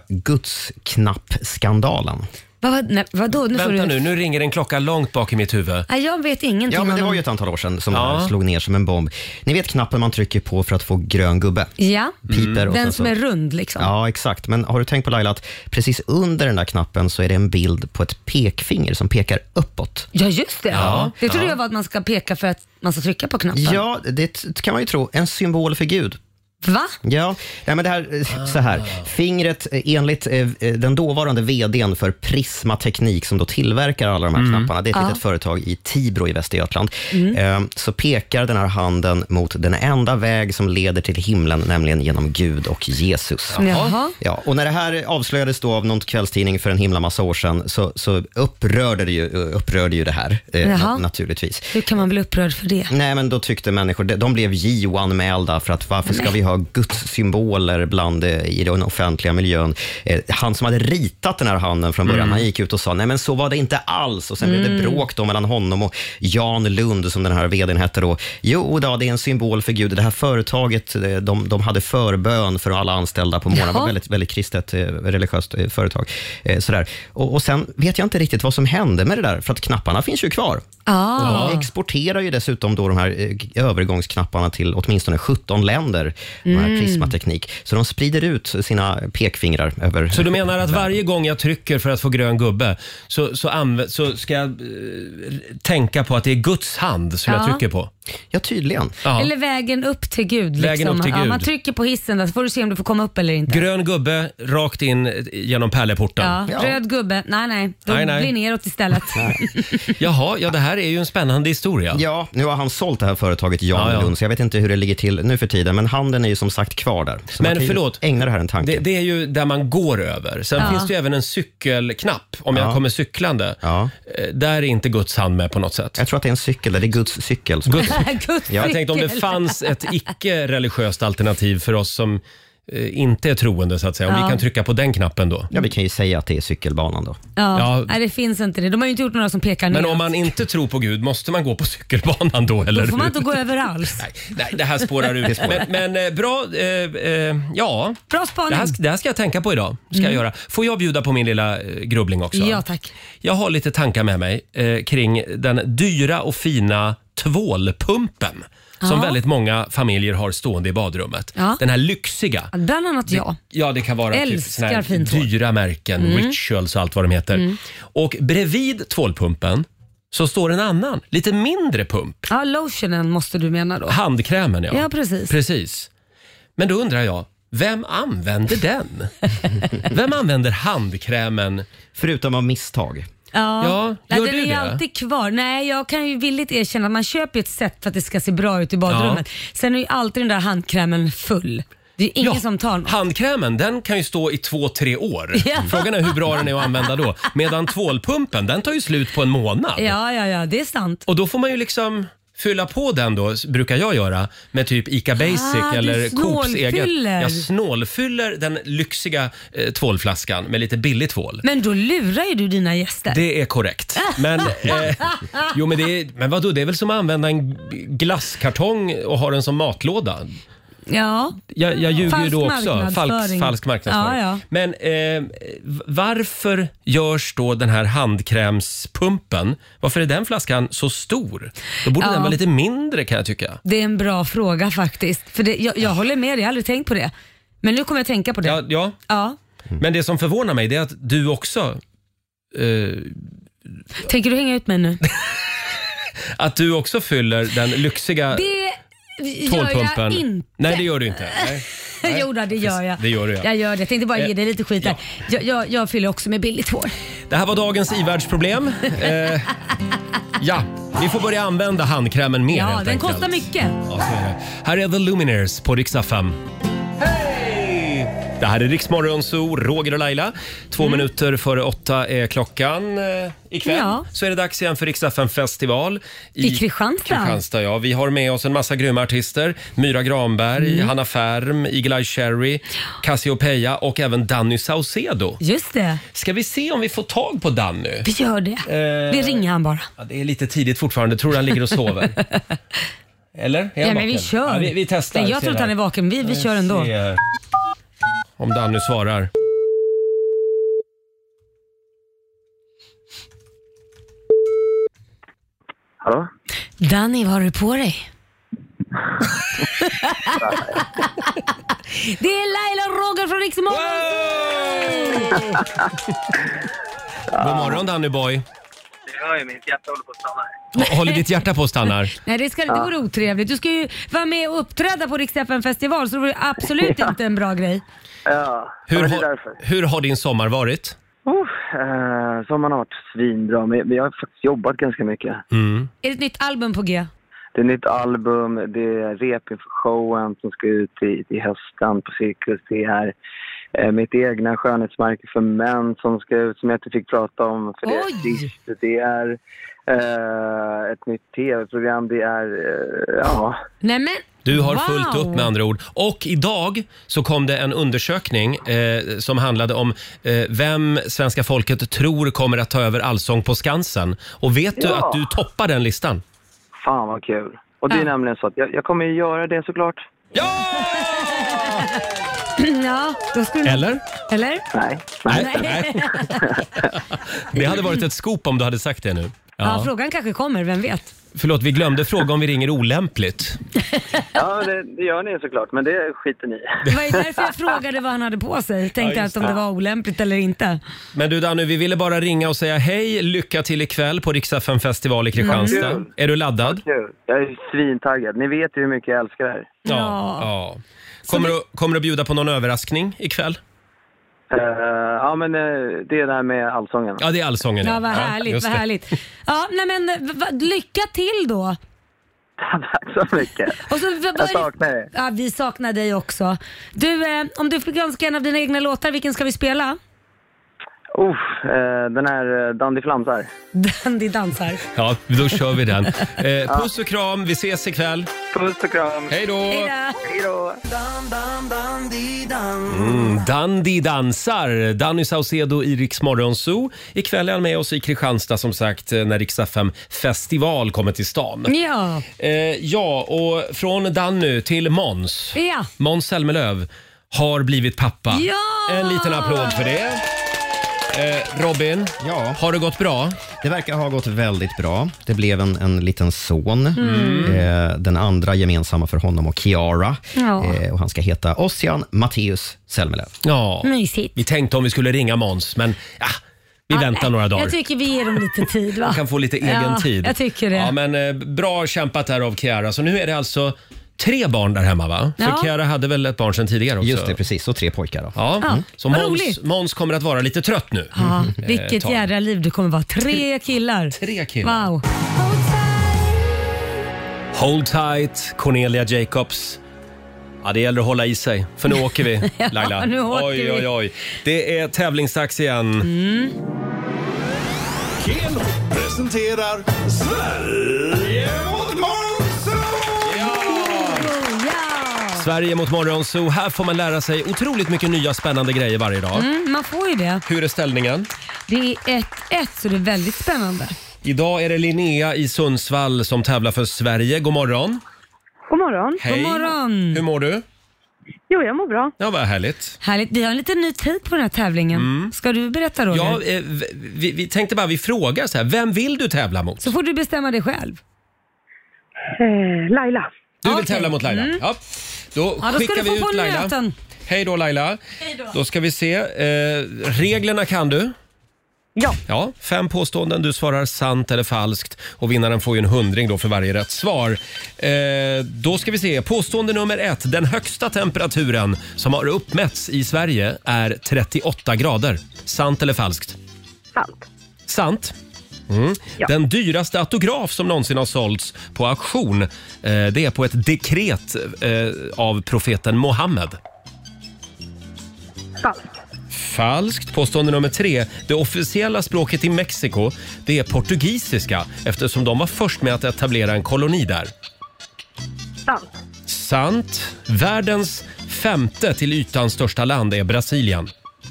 Gudsknapp-skandalen? Vad, nej, vadå? Nu får Vänta du... nu, nu ringer en klocka långt bak i mitt huvud. Nej, jag vet ingenting Ja, men det om var dem. ju ett antal år sedan som Ja. det här slog ner som en bomb. Ni vet knappen man trycker på för att få grön gubbe? Ja, Piper och den sen som så- är rund liksom. Ja, exakt. Men har du tänkt på Laila att precis under den där knappen så är det en bild på ett pekfinger som pekar uppåt? Ja, just det. Ja, det trodde ja. jag var att man ska peka för att man ska trycka på knappen. Ja, det kan man ju tro. En symbol för Gud. Va? Ja, nej, men det här, så här. Fingret, enligt eh, den dåvarande vdn för Prisma Teknik som då tillverkar alla de här mm. knapparna, det är ett ja. litet företag i Tibro i Västergötland, mm. eh, så pekar den här handen mot den enda väg som leder till himlen, nämligen genom Gud och Jesus. Jaha. Ja, och när det här avslöjades då av någon kvällstidning för en himla massa år sedan, så, så upprörde, det ju, upprörde ju det här, eh, na- naturligtvis. Hur kan man bli upprörd för det? Nej, men då tyckte människor, de blev J O-anmälda för att varför ska Nej. vi ha Guds symboler bland i den offentliga miljön. Han som hade ritat den här handen från början, mm. han gick ut och sa, nej men så var det inte alls. Och sen mm. blev det bråk då mellan honom och Jan Lund, som den här vdn hette då. Jo då, det är en symbol för Gud. Det här företaget, de, de hade förbön för alla anställda på morgonen. Det var väldigt, väldigt kristet, religiöst företag. Sådär. Och, och sen vet jag inte riktigt vad som hände med det där, för att knapparna finns ju kvar. Ah. De exporterar ju dessutom då de här övergångsknapparna till åtminstone sjutton länder. Mm. Här Prismateknik. Så de sprider ut sina pekfingrar över... Så du menar att varje gång jag trycker för att få grön gubbe så, så, anv- så ska jag äh, tänka på att det är Guds hand som ja. jag trycker på? Ja, tydligen. Ja. Eller vägen upp till Gud. Vägen liksom. upp till Gud. Ja, man trycker på hissen där så får du se om du får komma upp eller inte. Grön gubbe rakt in genom pärleporten. Ja. Ja. Röd gubbe, nej nej. De nej, nej. blir neråt istället. Jaha, ja det här är ju en spännande historia. Ja, nu har han sålt det här företaget Jan ja, ja. Lund, så jag vet inte hur det ligger till nu för tiden, men handen är ju som sagt kvar där. Så men förlåt, ägna det här en tanke. Det, det är ju där man går över. Sen ja. finns det ju även en cykelknapp om ja. jag kommer cyklande. Ja. Där är inte Guds hand med på något sätt. Jag tror att det är en cykel, det är Guds cykel. Guds, jag tänkte om det fanns ett icke-religiöst alternativ för oss som eh, inte är troende så att säga. Om ja. vi kan trycka på den knappen då. Ja, vi kan ju säga att det är cykelbanan då. Ja, ja. Nej, det finns inte det. De har ju inte gjort några som pekar ner. Men om man inte tror på Gud, måste man gå på cykelbanan då? Eller då får man inte gå över alls. Nej, nej, det här spårar ut. men, men bra, eh, eh, ja. Bra spaning. Det här, det här ska jag tänka på idag. Ska mm. jag göra. Får jag bjuda på min lilla eh, grubbling också? Ja, tack. Jag har lite tankar med mig eh, kring den dyra och fina tvålpumpen som ja. väldigt många familjer har stående i badrummet. Ja. Den här lyxiga. Bland annat jag. Det, ja, det kan vara älskar typ dyra märken, mm. Rituals och allt vad de heter. Mm. Och bredvid tvålpumpen så står en annan, lite mindre pump. Ja, lotionen måste du mena då. Handkrämen, ja. Ja, precis. Precis. Men då undrar jag, vem använder den? Vem använder handkrämen? Förutom av misstag. Ja, ja gör den du är det? alltid kvar. Nej, jag kan ju villigt erkänna att man köper ett sätt för att det ska se bra ut i badrummet. Ja. Sen är ju alltid den där handkrämen full. Det är ingen ja, som tar den. Handkrämen, den kan ju stå i två, tre år. Ja. Frågan är hur bra den är att använda då. Medan tvålpumpen, den tar ju slut på en månad. Ja, ja, ja, det är sant. Och då får man ju liksom fylla på den då, brukar jag göra, med typ Ica Basic ah, eller Coops egen. Jag snålfyller den lyxiga eh, tvålflaskan med lite billig tvål. Men då lurar ju du dina gäster. Det är korrekt. Men, eh, jo, men, det är, men vadå, det är väl som att använda en glasskartong och ha den som matlåda. Ja. Jag, jag ljuger falsk ju då också. Falsk, falsk marknadsföring. Ja, ja. Men eh, varför görs då den här handkrämspumpen? Varför är den flaskan så stor? Då borde ja. den vara lite mindre, kan jag tycka. Det är en bra fråga faktiskt. För det, jag, jag håller med dig, jag har aldrig tänkt på det. Men nu kommer jag tänka på det. Ja, ja. ja. Men det som förvånar mig, det är att du också... Eh, Tänker du hänga ut mig nu? Att du också fyller den lyxiga... Det... Gör jag inte. Nej, det gör du inte. Nej. Jo, det gör jag. Det gör du, ja. Jag gör det. Jag tänkte bara ge dig lite skit där. Ja. Jag, jag, jag fyller också med billigt hår. Det här var dagens ivärldsproblem. eh, ja, vi får börja använda handkrämen mer. Ja, helt den enkelt. kostar mycket. Ja, så är det. Här är The Lumineers på Rix F M. Det här är Rix Morgon Zoo, Roger och Laila. Två mm. minuter före åtta är klockan. Eh, ikväll ja. så är det dags igen för Rix F M festival i, I Kristianstad. Kristianstad ja. Vi har med oss en massa grymma artister. Myra Granberg, mm. Hanna Färm, Eagle Eye Cherry, Cassiopeia och även Danny Saucedo. Just det. Ska vi se om vi får tag på Danny? Vi gör det. Eh, vi ringer han bara. Ja, det är lite tidigt fortfarande. Tror han ligger och sover. Eller? Är ja, men vi kör. Ja, vi, vi testar. Nej, jag tror att han är vaken. Vi, vi kör ändå. Se. Om Danny svarar. Hallå? Danny, vad har du på dig? Det är Laila och Roger från Rix Morgon. God morgon, Danny boy. hör ju mitt hjärta håller på att stanna här. Håller ditt hjärta på att stanna? Nej, det, ska, det vore otrevligt. Du ska ju vara med och uppträda på Rix F M festival, så det vore absolut inte en bra grej. Ja, Hur, men det är har, därför. hur har din sommar varit? Oh, eh, sommaren har varit svinbra, men jag har faktiskt jobbat ganska mycket. Mm. Är det ett nytt album på G? Det är ett nytt album, det är rep inför showen som ska ut i, i hösten på Cirkus. Det är eh, mitt egna skönhetsmärke för män som ska ut, som jag inte fick prata om för det är sist. Det är eh, ett nytt tv-program, det är, eh, ja... Nej, men... Du har wow. fullt upp med andra ord. Och idag så kom det en undersökning eh, som handlade om eh, vem svenska folket tror kommer att ta över Allsång på Skansen. Och vet du Ja. att du toppar den listan? Fan vad kul. Och det är Ja. nämligen så att jag, jag kommer ju göra det såklart. Ja, då skulle... Eller? Eller? Nej. Nej. Nej. Det hade varit ett scoop om du hade sagt det nu. Ja, frågan kanske kommer, vem vet? Förlåt, vi glömde fråga om vi ringer olämpligt. Ja, det, det gör ni såklart, men det skiter ni i. Det var ju därför jag frågade vad han hade på sig. Tänkte Ja, att just om det. det var olämpligt eller inte. Men du Danny, vi ville bara ringa och säga hej, lycka till ikväll på Rix F M festival i Kristianstad. Mm. Är du laddad? Kul. Jag är svintaggad. Ni vet ju hur mycket jag älskar det här. Ja. ja. Kommer, du, kommer du bjuda på någon överraskning ikväll? Uh, ja, men uh, det är det här med allsången. Ja, det är allsången. Ja, vad härligt, just vad det. härligt. Ja, nej men v- v- lycka till då. Tack så mycket. Och så, v- Jag saknar er. Ja, vi saknar dig också. Du, eh, om du fick önska en av dina egna låtar, vilken ska vi spela? Uff, uh, den här uh, Dandy Flamsar. Dandy dansar. Ja, då kör vi den. Eh, puss och kram, vi ses ikväll. Puss och kram. Hej då! Hej då! Mm, Dandy dansar. Danny Saucedo i Rix Morgon Zoo. Ikväll är han med oss i Kristianstad som sagt när Rix F M festival kommer till stan. Ja. Eh, ja, och från Danny till Måns. Ja. Måns Zelmerlöw har blivit pappa. Ja! En liten applåd för det. Eh, Robin, Ja. har det gått bra? Det verkar ha gått väldigt bra. Det blev en, en liten son. Mm. Eh, den andra gemensamma för honom och Kiara. Ja. Eh, och han ska heta Ossian Matteus Zelmerlöw. Ja, Mysigt. vi tänkte om vi skulle ringa Måns, men ja, vi väntar några dagar. Jag tycker vi ger dem lite tid, va? Man kan få lite egen ja, tid. jag tycker det. Ja, men eh, bra kämpat där av Kiara. Så nu är det alltså tre barn där hemma, va? Ja. För Kiara hade väl ett barn sedan tidigare också? Just det, precis. Och tre pojkar. Då. Ja, Ja, så vad Måns, roligt. Måns kommer att vara lite trött nu. Ja, Eh, vilket tag. jädra liv det kommer vara. Tre killar. Tre killar. Wow. Hold tight, Cornelia Jacobs. Ja, det gäller att hålla i sig, för nu åker vi, Laila. Ja, nu åker oj, vi. oj, oj. Det är tävlingsdags igen. Mm. Keno presenterar Sverige mot Ja. Sverige mot Morgonzoo. Här får man lära sig otroligt mycket nya spännande grejer varje dag. Mm, man får ju det. Hur är ställningen? Det är ett ett, så det är väldigt spännande. Idag är det Linnea i Sundsvall som tävlar för Sverige. God morgon. God morgon. Hej. God morgon. Hur mår du? Jo, jag mår bra. Ja, vad härligt. Härligt. Vi har en liten ny tid på den här tävlingen. Ska du berätta, Roger? Ja, eh, v- vi, vi tänkte bara, vi frågar så här. Vem vill du tävla mot? Så får du bestämma dig själv. Eh, Laila. Du vill Okej. tävla mot Laila? Mm. Ja. Då Ja, då ska skickar du vi få på ut Laila. nöten. Hej då Laila. Hej då. Då ska vi se. Eh, reglerna kan du. Ja. Ja, fem påståenden. Du svarar sant eller falskt. Och vinnaren får ju en hundring då för varje rätt svar. Eh, då ska vi se. Påstående nummer ett. Den högsta temperaturen som har uppmätts i Sverige är trettioåtta grader. Sant eller falskt? Sant. Sant. Mm. Ja. Den dyraste autograf som någonsin har sålts på auktion, eh, det är på ett dekret eh, av profeten Mohammed. Falskt. Falskt. Påstående nummer tre. Det officiella språket i Mexiko, det är portugisiska eftersom de var först med att etablera en koloni där. Sant. Sant. Världens femte till ytan största land är Brasilien.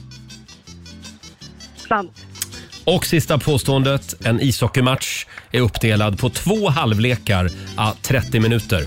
Sant. Och sista påståendet. En ishockeymatch är uppdelad på två halvlekar à trettio minuter.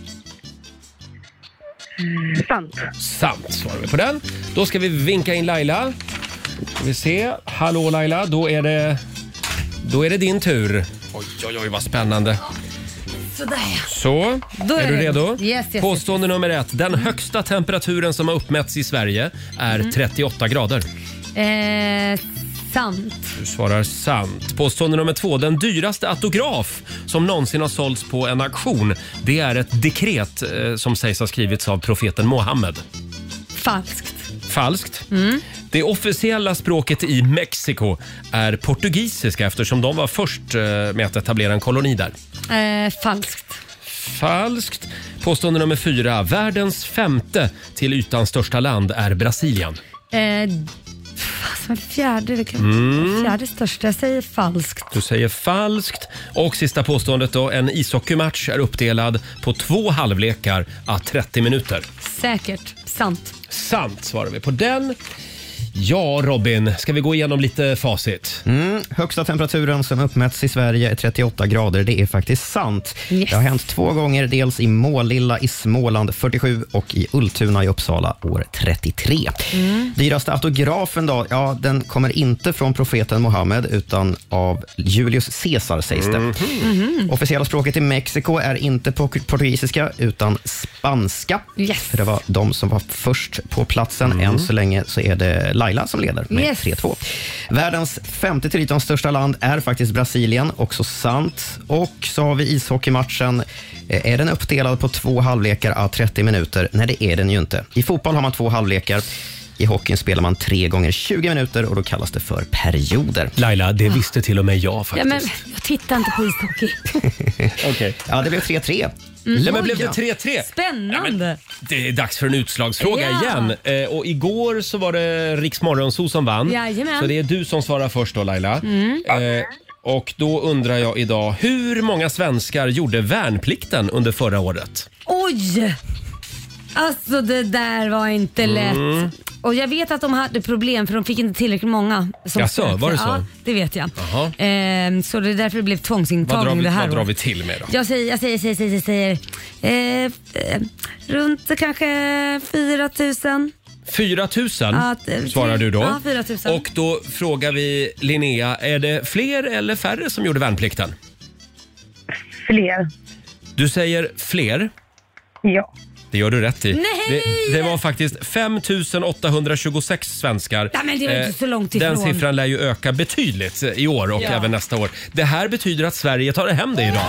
Sant. Sant svarar vi på den. Då ska vi vinka in Laila. Ska vi se. Hallå Laila, då är det, då är det din tur. Oj, oj, oj, vad spännande. Sådär. Så, Då är, är du det- redo? Yes, yes, Påstående nummer ett. Den högsta temperaturen som har uppmätts i Sverige är Mm. trettioåtta grader. Eh, Sant. Du svarar sant. Påstående nummer två. Den dyraste autograf som någonsin har sålts på en auktion, det är ett dekret eh, som sägs ha skrivits av profeten Mohammed. Falskt. Falskt. Mm. Det officiella språket i Mexiko är portugisiska eftersom de var först eh, med att etablera en koloni där. Eh, falskt. Falskt. Påstående nummer fyra. Världens femte till ytan största land är Brasilien. Eh, som fjärde, det kan Mm. fjärde största. Jag säger falskt. Du säger falskt. Och sista påståendet då. En ishockeymatch är uppdelad på två halvlekar à trettio minuter. Säkert. Sant. Sant svarar vi på den. Ja, Robin, ska vi gå igenom lite facit? Mm, högsta temperaturen som uppmätts i Sverige är trettioåtta grader. Det är faktiskt sant. Yes. Det har hänt två gånger, dels i Målilla i Småland fyrtiosju och i Ultuna i Uppsala år trettiotre. Mm. Dyraste autografen då, ja, den kommer inte från profeten Mohammed utan av Julius Caesar sägs det. Mhm. Officiella språket i Mexiko är inte port- portugisiska utan spanska. Yes. För det var de som var först på platsen. Mm. Än så länge så är det Laila som leder med Yes. tre två. Världens femte till ytan största land är faktiskt Brasilien, också sant. Och så har vi ishockeymatchen. Är den uppdelad på två halvlekar à trettio minuter? Nej, det är den ju inte. I fotboll har man två halvlekar. I hockeyn spelar man tre gånger tjugo minuter och då kallas det för perioder. Laila, det visste till och med jag faktiskt. Ja, men jag tittar inte på ishockey. Okej. Ja, det blev tre tre. Mm. Nej, men blev det Ja. tre tre? Spännande. Det är dags för en utslagsfråga Ja. igen. Eh, och igår så var det Riks Morgonzoo som vann. Jajamän. Så det är du som svarar först då, Laila. Mm. Eh, och då undrar jag idag, hur många svenskar gjorde värnplikten under förra året? Oj! Alltså det där var inte lätt. Mm. Och jag vet att de hade problem för de fick inte tillräckligt många som Jaså, sökte. var det så? Ja, det vet jag. Jaha. Ehm, så det är därför det blev Vad drar, tvångsintagning vi, det här vad drar året. vi till med då? Jag säger, jag säger, säger, säger, säger eh, eh, runt kanske fyra tusen. fyra tusen Ja, t- svarar du då. Ja, fyra tusen. Och då frågar vi Linnea, är det fler eller färre som gjorde värnplikten? Fler. Du säger fler. Ja. Det gör du rätt i. Nej! Det, det var faktiskt fem tusen åttahundratjugosex svenskar. Ja, men det var inte så långt ifrån. Den siffran lär ju öka betydligt i år och Ja. även nästa år. Det här betyder att Sverige tar hem det idag.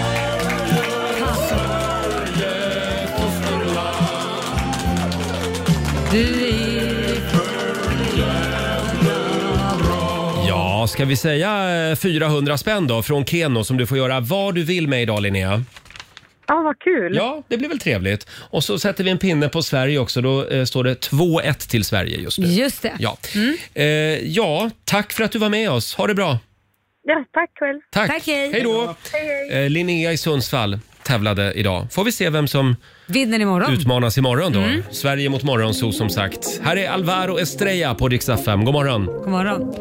Ja, ska vi säga eh, fyrahundra spänn då från Keno som du får göra vad du vill med idag, Linnea? Ja, vad kul. Ja, det blir väl trevligt. Och så sätter vi en pinne på Sverige också. Då eh, står det två ett till Sverige just nu. Just det. Ja. Eh, ja, tack för att du var med oss. Ha det bra. Ja, tack själv. Tack. Tack, hej. Hej då. Eh, Linnea i Sundsvall tävlade idag. Får vi se vem som Vinner imorgon. utmanas imorgon då. Mm. Sverige mot Morgonzoo som sagt. Här är Alvaro Estrella på Rix F M. God morgon. God morgon.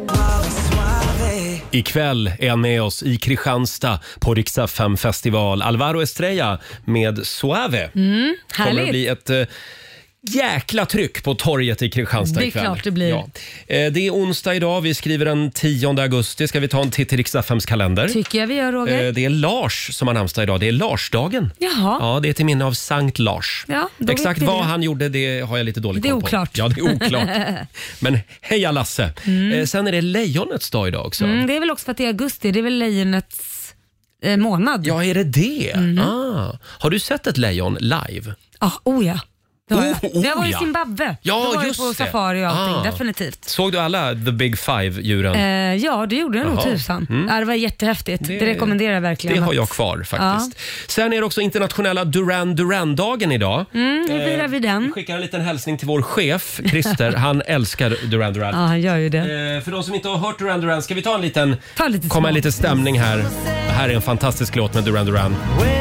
Ikväll är han med oss i Kristianstad på Rix F M festival. Alvaro Estrella med Suave. Mm, Kommer att härligt. bli ett eh, jäkla tryck på torget i Kristianstad Det är ikväll. klart det blir. Ja. Eh, det är onsdag idag. Vi skriver den tionde augusti. Ska vi ta en titt i Rix F M:s kalender? Tycker jag vi gör, Roger. Eh, det är Lars som har namnsdag idag. Det är Larsdagen. Jaha. Ja, det är till minne av Sankt Lars. Ja, då Exakt vet vi vad det. han gjorde, det har jag lite dålig Det är koll på. oklart. Ja, det är oklart. Men heja Lasse. Eh, sen är det lejonets dag idag också. Mm, det är väl också för att det är augusti. Det är väl lejonets eh, månad. Ja, är det det? Mm. Ah. Har du sett ett lejon live? Ah, oh ja. Det har jag. Oh, oh, Det har varit i ja. Zimbabwe. Ja, Då var jag just på det. safari och allting, Ah. definitivt. Såg du alla The Big Five-djuren? Eh, ja, det gjorde jag nog Jaha. tusan. Mm. Ja, det var jättehäftigt. Det, rekommenderar jag verkligen. Det har att- jag kvar faktiskt. Sen är det också internationella Duran Duran-dagen idag. Mm, hur Eh, firar vi den? Vi skickar en liten hälsning till vår chef, Christer. Han älskar Duran Duran. Ja, han gör ju det. Eh, för de som inte har hört Duran Duran, ska vi ta en liten, Ta lite komma en smak. liten stämning här. Det här är en fantastisk låt med Duran Duran.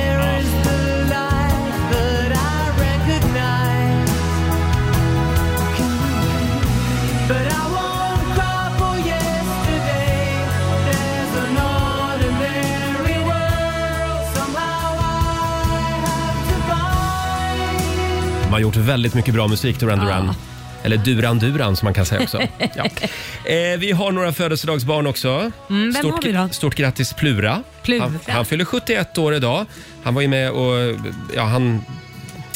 De har gjort väldigt mycket bra musik, Duran Duran. Ja. Eller Duran Duran som man kan säga också. Ja. Eh, vi har några födelsedagsbarn också. Mm, vem stort, har vi då? Stort grattis Plura. Plura. Han, han fyller sjuttioett år idag. Han var ju med och ja, han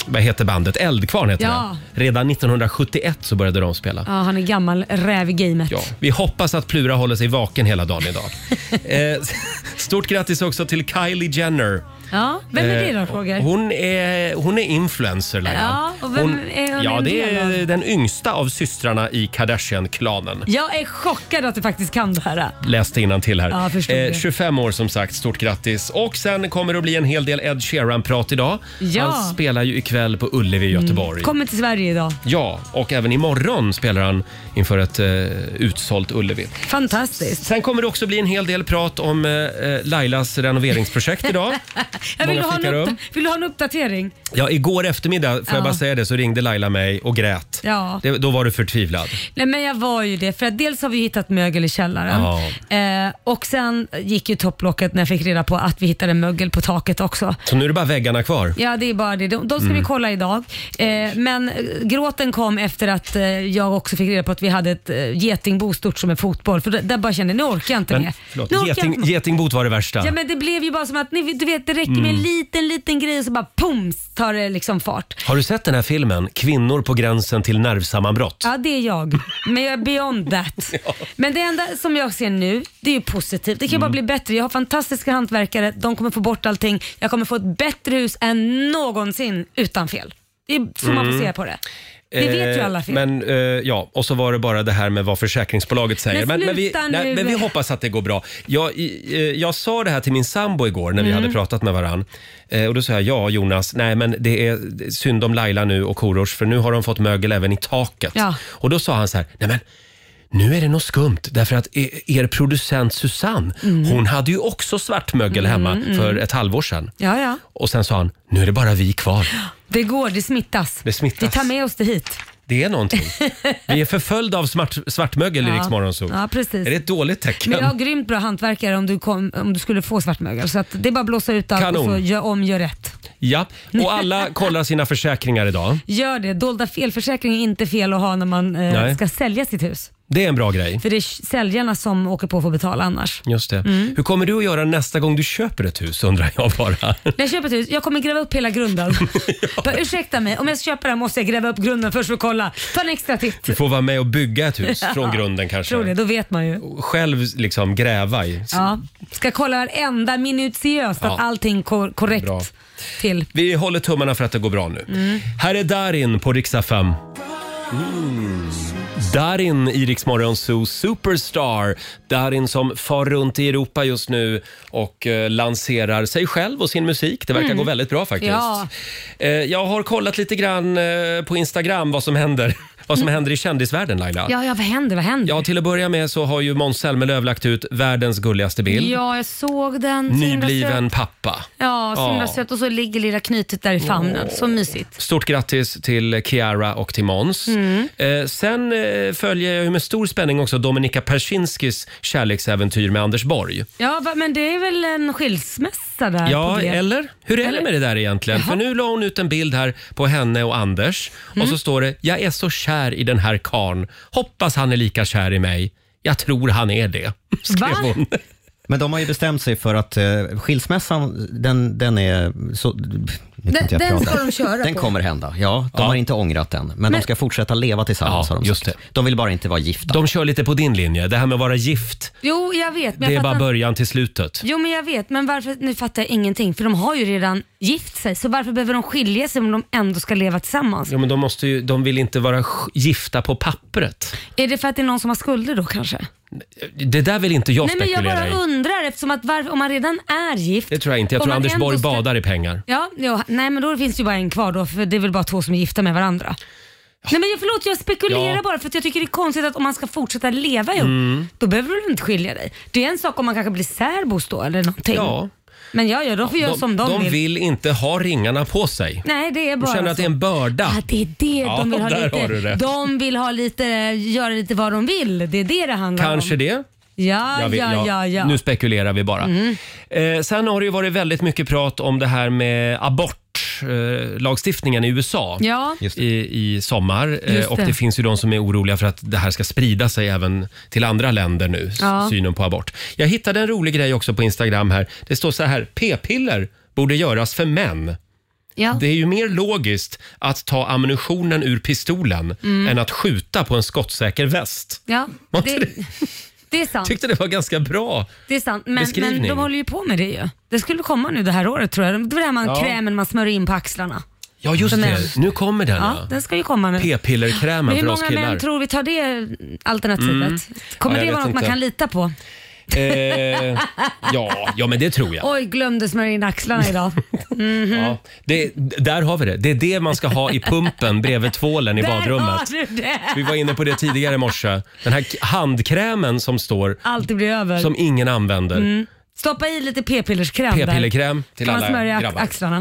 vad heter bandet? Eldkvarn heter Ja. det. Redan nittonhundrasjuttioett så började de spela. Ja, han är gammal räv i gamet. Ja, vi hoppas att Plura håller sig vaken hela dagen idag. eh, stort grattis också till Kylie Jenner. Ja, vem är det då, Eh, Roger? Hon är, hon är influencer, Laila. Ja, och vem är hon Ja, en det del är av? den yngsta av systrarna i Kardashian-klanen. Jag är chockad att du faktiskt kan det här. Läste innantill här. Ja, jag förstod det. tjugofem år som sagt, stort grattis. Och sen kommer det att bli en hel del Ed Sheeran-prat idag. Ja. Han spelar ju ikväll på Ullevi i Göteborg. Kommer till Sverige idag. Ja, och även imorgon spelar han inför ett eh, utsålt Ullevi. Fantastiskt. Sen kommer det också bli en hel del prat om eh, Lailas renoveringsprojekt idag. Jag vill, Många du ha en fikarum. upp, vill du ha en uppdatering? Ja, igår eftermiddag, får Ja. jag bara säga det, så ringde Laila mig och grät. Ja. Det, då var du förtvivlad. Nej, men jag var ju det, för att dels har vi hittat mögel i källaren eh, och sen gick ju topplocket när jag fick reda på att vi hittade mögel på taket också. Så nu är det bara väggarna kvar. Ja, det är bara det. De, de ska Mm. vi kolla idag. Eh, men gråten kom efter att eh, jag också fick reda på att vi hade ett eh, getingbo stort som en fotboll. För där, där bara kände jag, nu orkar jag inte Men, mer. förlåt, Nu orkar jag geting, inte- getingbot var det värsta. Ja, men det blev ju bara som att ni, du vet, det räcker med Mm. en liten, liten grej och så bara pums tar det liksom fart. Har du sett den här filmen? Kvinnor på gränsen till nervsammanbrott. Ja, det är jag. Men jag är beyond that. Men det enda som jag ser nu, det är ju positivt. Det kan Mm. bara bli bättre. Jag har fantastiska hantverkare. De kommer få bort allting. Jag kommer få ett bättre hus än någonsin utan fel. Det är så man får Mm. se på det. Det vet ju alla fel. Men eh, ja, och så var det bara det här med vad försäkringsbolaget säger. Men men, vi, sluta nej, nu. men vi hoppas att det går bra. Jag, i- eh, jag sa det här till min sambo igår när vi Mm. hade pratat med varann. Eh, och då sa jag, ja Jonas, nej men det är det är synd om Laila nu och Korosh, för nu har de fått mögel även i taket. Ja. Och då sa han så här, nej men nu är det något skumt därför att er, er producent Susanne, Mm. hon hade ju också svartmögel hemma Mm, mm. för ett halvår sedan. Ja, ja. Och sen sa han, nu är det bara vi kvar. Det går, det smittas. Det smittas. Vi tar med oss det hit. Det är någonting. Vi är förföljda av svart, svartmögel i Ja. Rix Morgon Zoo. Ja, precis. Är det ett dåligt tecken? Men jag har grymt bra hantverkare om du, kom, om du skulle få svartmögel. Så att det är bara att blåsa ut allt Kanon. och så gör om, gör rätt. Ja, och alla kollar sina försäkringar idag. Gör det. Dolda felförsäkring är inte fel att ha när man eh, Nej. ska sälja sitt hus. Det är en bra grej. För det är säljarna som åker på för att betala annars. Just det. Mm. Hur kommer du att göra nästa gång du köper ett hus, undrar jag bara. När jag köper ett hus, jag kommer gräva upp hela grunden. Bara, ursäkta mig, om jag ska köpa det här måste jag gräva upp grunden först för att kolla. Ta en extra titt. Du får vara med och bygga ett hus från grunden kanske. Tror det, då vet man ju. Själv liksom gräva i. Ja. Ska kolla varenda minutiöst att Ja. allting går korrekt Bra. till. Vi håller tummarna för att det går bra nu. Mm. Här är Darin på Rix F M. Mm. Darin i Rix Morgon Zoo Superstar. Darin som far runt i Europa just nu och eh, lanserar sig själv och sin musik. Det verkar Mm. gå väldigt bra faktiskt. Ja. Eh, jag har kollat lite grann eh, på Instagram vad som händer. Vad som händer i kändisvärlden, Laila. Ja, ja, vad händer? Vad händer? Ja, till att börja med så har ju Måns Zelmerlöw lagt ut världens gulligaste bild. Ja, jag såg den. Så himla Nybliven söt. pappa. Ja, så himla Ja. söt. Och så ligger lilla knytet där i famnen. Så mysigt. Stort grattis till Kiara och till Måns. Mm. Eh, sen eh, följer jag ju med stor spänning också Dominika Persinskis kärleksäventyr med Anders Borg. Ja, va, men det är väl en skilsmässa där Ja, på det. eller? Hur är Eller? det med det där egentligen? Jaha. För nu la hon ut en bild här på henne och Anders. Mm. Och så står det, jag är så kär i den här karln. Hoppas han är lika kär i mig. Jag tror han är det, skrev Va? hon. Men de har ju bestämt sig för att eh, skilsmässan, den, den är så... Nu kan Den- inte jag den prata. ska de köra Den på. kommer hända, ja. De Ja. har inte ångrat den. Men, de ska fortsätta leva tillsammans, Ja, har de just sagt. De vill bara inte vara gifta. De kör lite på din linje. Det här med att vara gift, Jo, jag vet. Men det är jag bara fattar... början till slutet. Jo, men jag vet. Men varför? Nu fattar jag ingenting. För de har ju redan gift sig. Så varför behöver de skilja sig om de ändå ska leva tillsammans? Ja, men de, måste ju, de vill inte vara sk- gifta på pappret. Är det för att det är någon som har skulder då kanske? Det där vill inte jag Nej, men jag spekulera bara i. undrar eftersom att varför, om man redan är gift. Det tror jag inte. Jag om tror man Anders ändå Borg ska- badar i pengar. Ja, ja, nej men då finns det ju bara en kvar då, för det är väl bara två som är gifta med varandra. Nej men jag- förlåt, jag spekulerar Ja. bara för att jag tycker det är konstigt att om man ska fortsätta leva ihop, Mm. då behöver du inte skilja dig. Det är en sak om man kanske blir särbos då eller någonting. Ja. Men ja, ja, de får göra De, som de, de vill. vill inte ha ringarna på sig. Nej, det är De bara känner att så. det är en börda. Ja, det är det Ja, de vill ha där lite. har du det. De vill ha lite, göra lite vad de vill. Det är det det handlar Kanske om. det. Ja, Jag vet- ja, ja, ja. Nu spekulerar vi bara. Mm. Eh, sen har det ju varit väldigt mycket prat om det här med abort. Eh, lagstiftningen i U S A Ja. i, i sommar. Eh, Just och det. det finns ju de som är oroliga för att det här ska sprida sig även till andra länder nu, s- Ja. synen på abort. Jag hittade en rolig grej också på Instagram här. Det står så här, p-piller borde göras för män. Ja. det är ju mer logiskt att ta ammunitionen ur pistolen Mm. än att skjuta på en skottsäker väst. Ja, Var det, inte det? det är sant. Tyckte det var ganska bra. Det är sant, men, beskrivning. men de håller ju på med det ju. Det skulle komma nu det här året tror jag. Det var det här man, Ja. krämen man smörjer in på axlarna. Ja, just För det. män. Nu kommer den. Ja, Ja. den ska ju komma nu. P-pillerkrämen Men hur för oss många killar. män tror vi tar det alternativet? Mm. Kommer Ja, jag det vara vet något man inte. kan lita på? Eh, ja, ja, men det tror jag. Oj, glömde smörja in axlarna idag. Mhm. Ja, det, där har vi det. Det är det man ska ha i pumpen bredvid tvålen i Där badrummet. har du det. Vi var inne på det tidigare i morse. Den här k- handkrämen som står, Alltid blir över. som ingen använder. Mm. Stoppa i lite p-pillerskräm där. P-pillerkräm till kan alla man smörja grabbar. axlarna.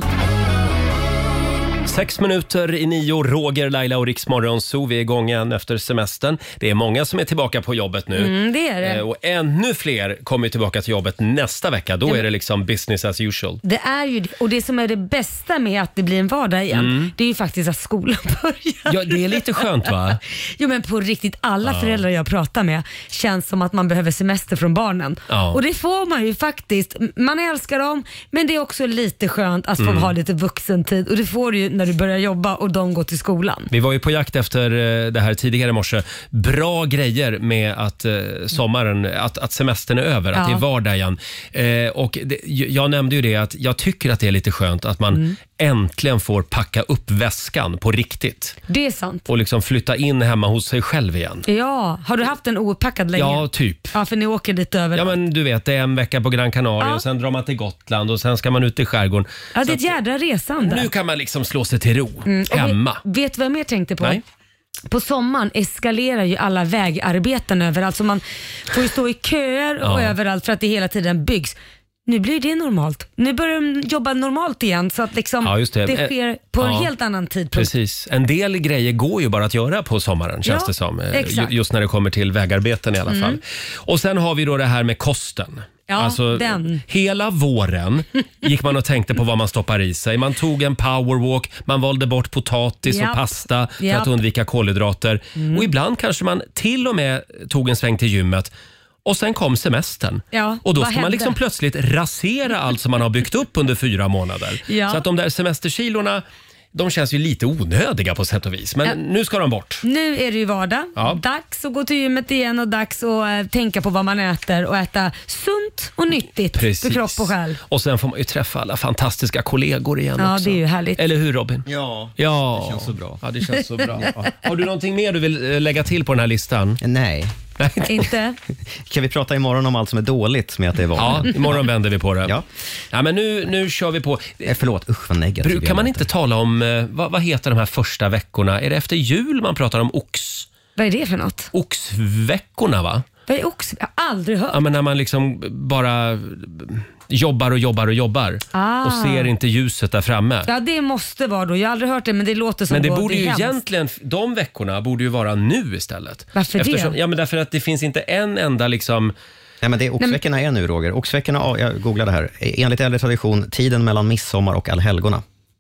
Sex minuter i nio, Roger, Laila och Rix Morgonzoo. Vi är igång igen efter semestern. Det är många som är tillbaka på jobbet nu. Mm, det är det. Eh, Och ännu fler kommer tillbaka till jobbet nästa vecka. Då Ja, men- är det liksom business as usual. Det är ju det. Och det som är det bästa med att det blir en vardag igen, Mm. det är ju faktiskt att skolan börjar. Ja, det är lite skönt va? Jo men på riktigt, alla Ja. föräldrar jag pratar med känns som att man behöver semester från barnen. Ja. Och det får man ju faktiskt. Man älskar dem, men det är också lite skönt att få Mm. ha lite vuxentid. Och det får du ju när du börjar jobba och de går till skolan. Vi var ju på jakt efter eh, det här tidigare i morse. Bra grejer med att eh, sommaren, att, att semestern är över, att Ja. det är vardag igen. Eh, och det, jag nämnde ju det att jag tycker att det är lite skönt att man Mm. äntligen får packa upp väskan på riktigt. Det är sant. Och liksom flytta in hemma hos sig själv igen. Ja, har du haft den ouppackad länge? Ja, typ. Ja, för ni åker lite över. Ja men du vet, det är en vecka på Gran Canaria Ja. och sen drar man till Gotland och sen ska man ut i skärgården. Ja, det Så är ett jädra resande. nu kan man liksom slå sig till ro Mm, och hemma. Vet, vet du vad jag mer tänkte på? Nej. På sommaren eskalerar ju alla vägarbeten överallt. Så man får ju stå i köer och Ja. överallt för att det hela tiden byggs. Nu blir det normalt. Nu börjar de jobba normalt igen så att liksom Ja, just det. det Eh, sker på en ja. helt annan tidpunkt. Precis. En del grejer går ju bara att göra på sommaren känns Ja, det som. Eh, exakt. ju- Just när det kommer till vägarbeten i alla Mm. fall. Och sen har vi då det här med kosten. Ja, Alltså, den. hela våren gick man och tänkte på vad man stoppar i sig. Man tog en powerwalk, man valde bort potatis Japp. och pasta för Japp. att undvika kolhydrater. Mm. Och ibland kanske man till och med tog en sväng till gymmet. Och sen kom semestern. Ja, Och då vad ska man hände? liksom plötsligt rasera allt som man har byggt upp under fyra månader. Ja. Så att de där semesterkilorna, de känns ju lite onödiga på sätt och vis. Men Ja. nu ska de bort. Nu är det ju vardag. Ja. Dags att gå till gymmet igen och dags att eh, tänka på vad man äter och äta sunt och nyttigt Precis. för kropp och själ. Och sen får man ju träffa alla fantastiska kollegor igen Ja, också. det är ju härligt. Eller hur Robin? Ja, Ja, det känns så bra. Ja, det känns så bra. Ja. Har du någonting mer du vill eh, lägga till på den här listan? Nej. Inte? Kan vi prata imorgon om allt som är dåligt med att det är Ja, vardag? imorgon vänder vi på det. Ja. Ja, men nu, nu kör vi på. Eh, förlåt, usch vad negativ Brukar jag man låter. inte tala om, eh, vad, vad heter de här första veckorna? Är det efter jul man pratar om ox? Vad är det för något? Oxveckorna va? Vad är ox? Jag har aldrig hört. Ja, men när man liksom bara jobbar och jobbar och jobbar Ah. och ser inte ljuset där framme. Ja, det måste vara då. Jag har aldrig hört det, men det låter som Men det då, borde är ju hemskt. egentligen, de veckorna borde ju vara nu istället. Varför det? Ja, men därför att det finns inte en enda liksom... Nej, men det oxveckorna är nu, Roger. Oxveckorna, ja, jag googlade här, enligt äldre tradition, tiden mellan midsommar och allhelgona.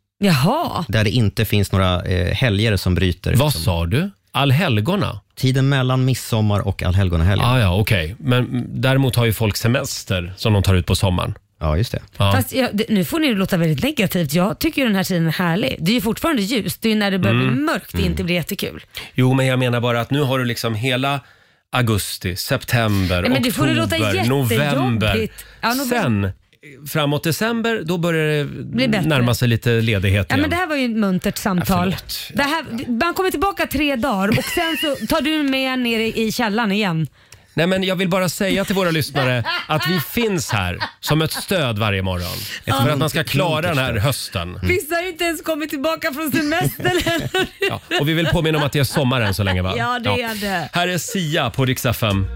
Jaha. Där det inte finns några eh, helger som bryter. Vad sa du? Allhelgona? Tiden mellan midsommar och allhelgonahelgen. Ah, ja, okej. Men däremot har ju folk semester som de tar ut på sommaren. Ja, just det. Ja. Fast jag, det, nu får ni det låta väldigt negativt. Jag tycker ju den här tiden är härlig. Det är ju fortfarande ljust. Det är ju när det börjar bli Mm. mörkt det inte blir jättekul. Jo, men jag menar bara att nu har du liksom hela augusti, september, Ja, men det får det låta oktober, jättejobbigt. november. Ja, november. Sen, framåt december, då börjar det Blir bättre. närma sig lite ledighet Ja, igen. men det här var ju ett muntert samtal. Ja, förlåt. det här, man kommer tillbaka tre dagar och sen så tar du med ner i i källaren igen. Nej, men jag vill bara säga till våra lyssnare att vi finns här som ett stöd varje morgon. För att man ska klara den här hösten. Vissa har ju inte ens kommit tillbaka från semestern. Ja, och vi vill påminna om att det är sommaren så länge va? Ja, det är det. Här är Sia på Rix F M.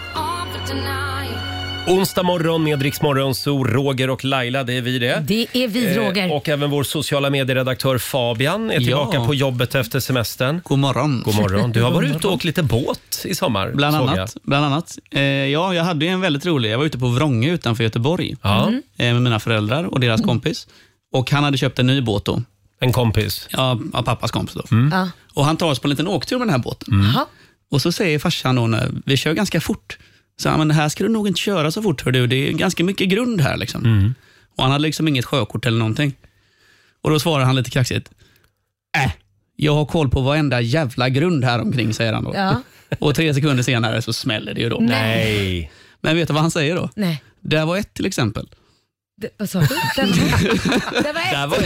Onsdag morgon med Rix Morgonzoo, Roger och Laila, det är vi det. Det är vi, Roger. Eh, och även vår sociala medieredaktör Fabian är tillbaka Ja. på jobbet efter semestern. God morgon. God morgon. Du har varit ute och åkt lite båt i sommar. Bland såg annat. Bland annat. Eh, ja, jag hade ju en väldigt rolig. Jag var ute på Vrångö utanför Göteborg Ja. Mm. eh, med mina föräldrar och deras kompis. Och han hade köpt en ny båt då. En kompis? Ja, av pappas kompis då. Ja. Och han tar oss på en liten åktur med den här båten. Jaha. Och så säger farsan då, när vi kör ganska fort. Så han, men här ska du nog inte köra så fort, hör du. Det är ganska mycket grund här liksom. Mm. Och han hade liksom inget sjökort eller någonting. Och då svarar han lite kaxigt. Äh, jag har koll på varenda jävla grund här omkring, säger han då. Ja. Och tre sekunder senare så smäller det ju då. Nej. Men vet du vad han säger då? Nej. Det var ett till exempel. Det, vad sa du? Det var, det var ett. Det var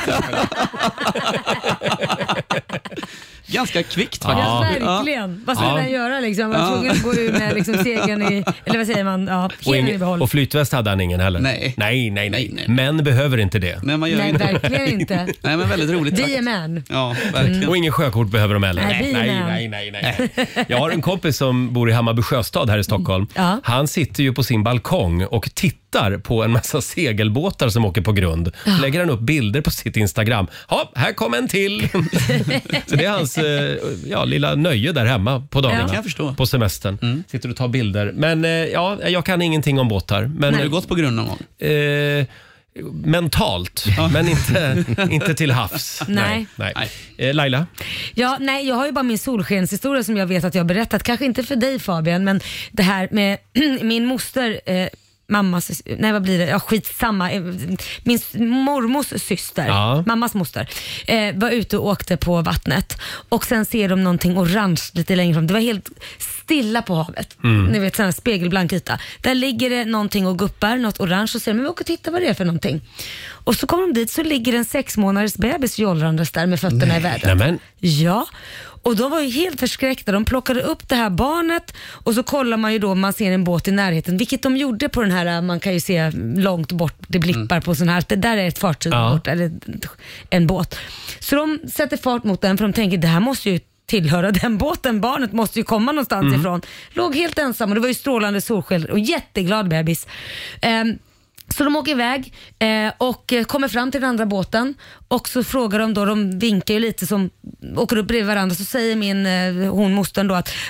ett. Ganska kvickt faktiskt. Ja, verkligen. Vad skulle Ja. den göra liksom? Man var Ja. tvungen att gå ur med liksom segern i, eller vad säger man? Ja, Och, ingen i ing- behåll. och flytväst hade han ingen heller. Nej. Nej, nej, nej. Män behöver inte det. Nej, man gör Nej, inte. verkligen inte. Nej, men väldigt roligt. Vi är män. Ja, verkligen. Och ingen sjökort behöver de heller. Nej, vi är nej, män. nej, nej, nej. Jag har en kompis som bor i Hammarby sjöstad här i Stockholm. Ja. Han sitter ju på sin balkong och tittar på en massa segelbåtar som åker på grund. Så lägger han upp bilder på sitt Instagram. Ja, här kommer en till. Så det är hans eh, ja, lilla nöje där hemma på dagarna. Ja. Kan jag förstå. På semestern. Sitter och tar bilder. Men eh, ja, jag kan ingenting om båtar. Men, Har du gått på grund någon gång? Eh, mentalt, men inte, inte till havs. Nej. nej. Eh, Laila? Ja, nej, jag har ju bara min solskenshistoria som jag vet att jag har berättat. Kanske inte för dig Fabian, men det här med min moster, eh, mammas, nej vad blir det, ja skitsamma, eh, min mormors syster, Ja. mammas moster, eh, var ute och åkte på vattnet och sen ser de någonting orange lite längre fram. Det var helt stilla på havet. Mm. Ni vet, sån här spegelblank yta. Där ligger det någonting och guppar, något orange och säger men vi åker och titta vad det är för någonting. Och så kommer de dit så ligger en sex månaders bebis jollrandes där med fötterna i vädret. Nämen. Ja, och de var ju helt förskräckta. De plockade upp det här barnet och så kollar man ju då om man ser en båt i närheten, vilket de gjorde på den här, man kan ju se långt bort, det blippar på sån här, det där är ett fartyg Ja. bort, eller en båt. Så de sätter fart mot den för de tänker det här måste ju tillhöra den båten, barnet måste ju komma någonstans Mm. ifrån. Låg helt ensam och det var ju strålande solsken och jätteglad bebis. Ehm, Så de åker iväg eh, och eh, kommer fram till den andra båten och så frågar de då, de vinkar ju lite som åker upp bredvid varandra, så säger min eh, hon mostern då att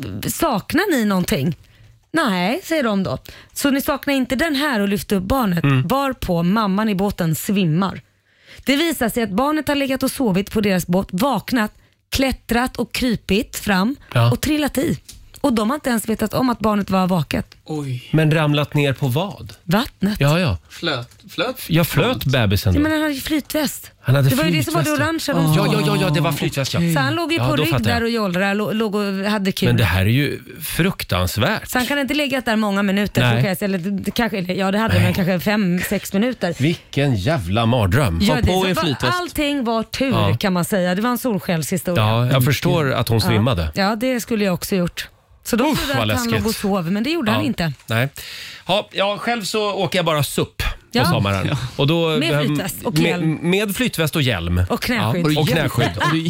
saknar ni någonting? Nej, säger de då. Så ni saknar inte den här och lyfter upp barnet, Mm. varpå mamman i båten svimmar. Det visar sig att barnet har legat och sovit på deras båt, vaknat, klättrat och krypit fram Ja. och trillat i. Och de har inte ens vetat om att barnet var vaket. Oj. Men ramlat ner på vad? Vattnet. Ja, ja. Flöt. Flöt. Jag flöt bebisen Ja, då. men han hade ju flytväst. Han hade det var ju det som var det flytväst, orangea. ja. Ja, ja, ja, ja, det var flytväst, ja. Så han låg ju Ja, på då rygg fattar jag. där och jollrade, låg, låg och hade kul. Men det här är ju fruktansvärt. Så han kan inte legat där många minuter. Nej. tror jag, eller det, kanske, ja, det hade man kanske fem, sex minuter. Vilken jävla mardröm. Ja, det, så var, allting var tur Ja. kan man säga. Det var en solskenshistoria. Ja, jag förstår att hon svimmade. Ja, ja, det skulle jag också gjort. Så de Uff, trodde vad att han läskigt. låg och sov, men det gjorde han inte. Nej. Ja, ja, själv så åker jag bara S U P på Ja. sommaren. Och då Med behöver- flytväst och hjälm. Med, med flytväst och hjälm. Och knäskydd. Ja, och knäskydd.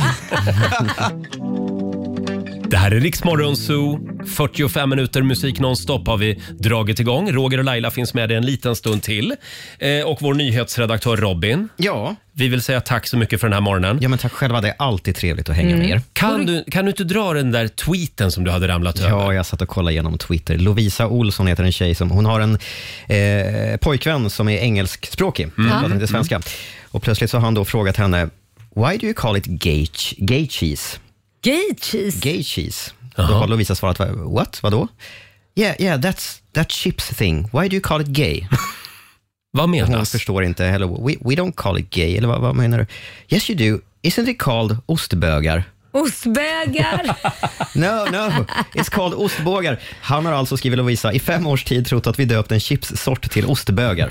Det här är Riksmorgon Zoo. fyrtiofem minuter musik nonstop har vi dragit igång. Roger och Laila finns med en liten stund till. Eh, och vår nyhetsredaktör Robin. Ja. Vi vill säga tack så mycket för den här morgonen. Ja, men tack själva. Det är alltid trevligt att hänga med er. Kan du, kan du inte dra den där tweeten som du hade ramlat över? Ja, jag satt och kollade igenom Twitter. Lovisa Olsson heter en tjej som, hon har en eh, pojkvän som är engelskspråkig, Mm. pratar Mm. inte svenska. Och plötsligt så har han då frågat henne, why do you call it gay, ch- gay cheese? Gay cheese? Gay cheese. Då har Lovisa svarat, what? Vadå? Yeah, yeah, that's that chips thing. Why do you call it gay? Vad menas? Hon förstår inte heller. We, we don't call it gay. Eller vad, vad menar du? Yes you do. Isn't it called ostbögar? Ostbögar. No, no. It's called ostbågar. Han har alltså, skrivit Lovisa, i fem års tid trott att vi döpt en chipssort till ostbögar.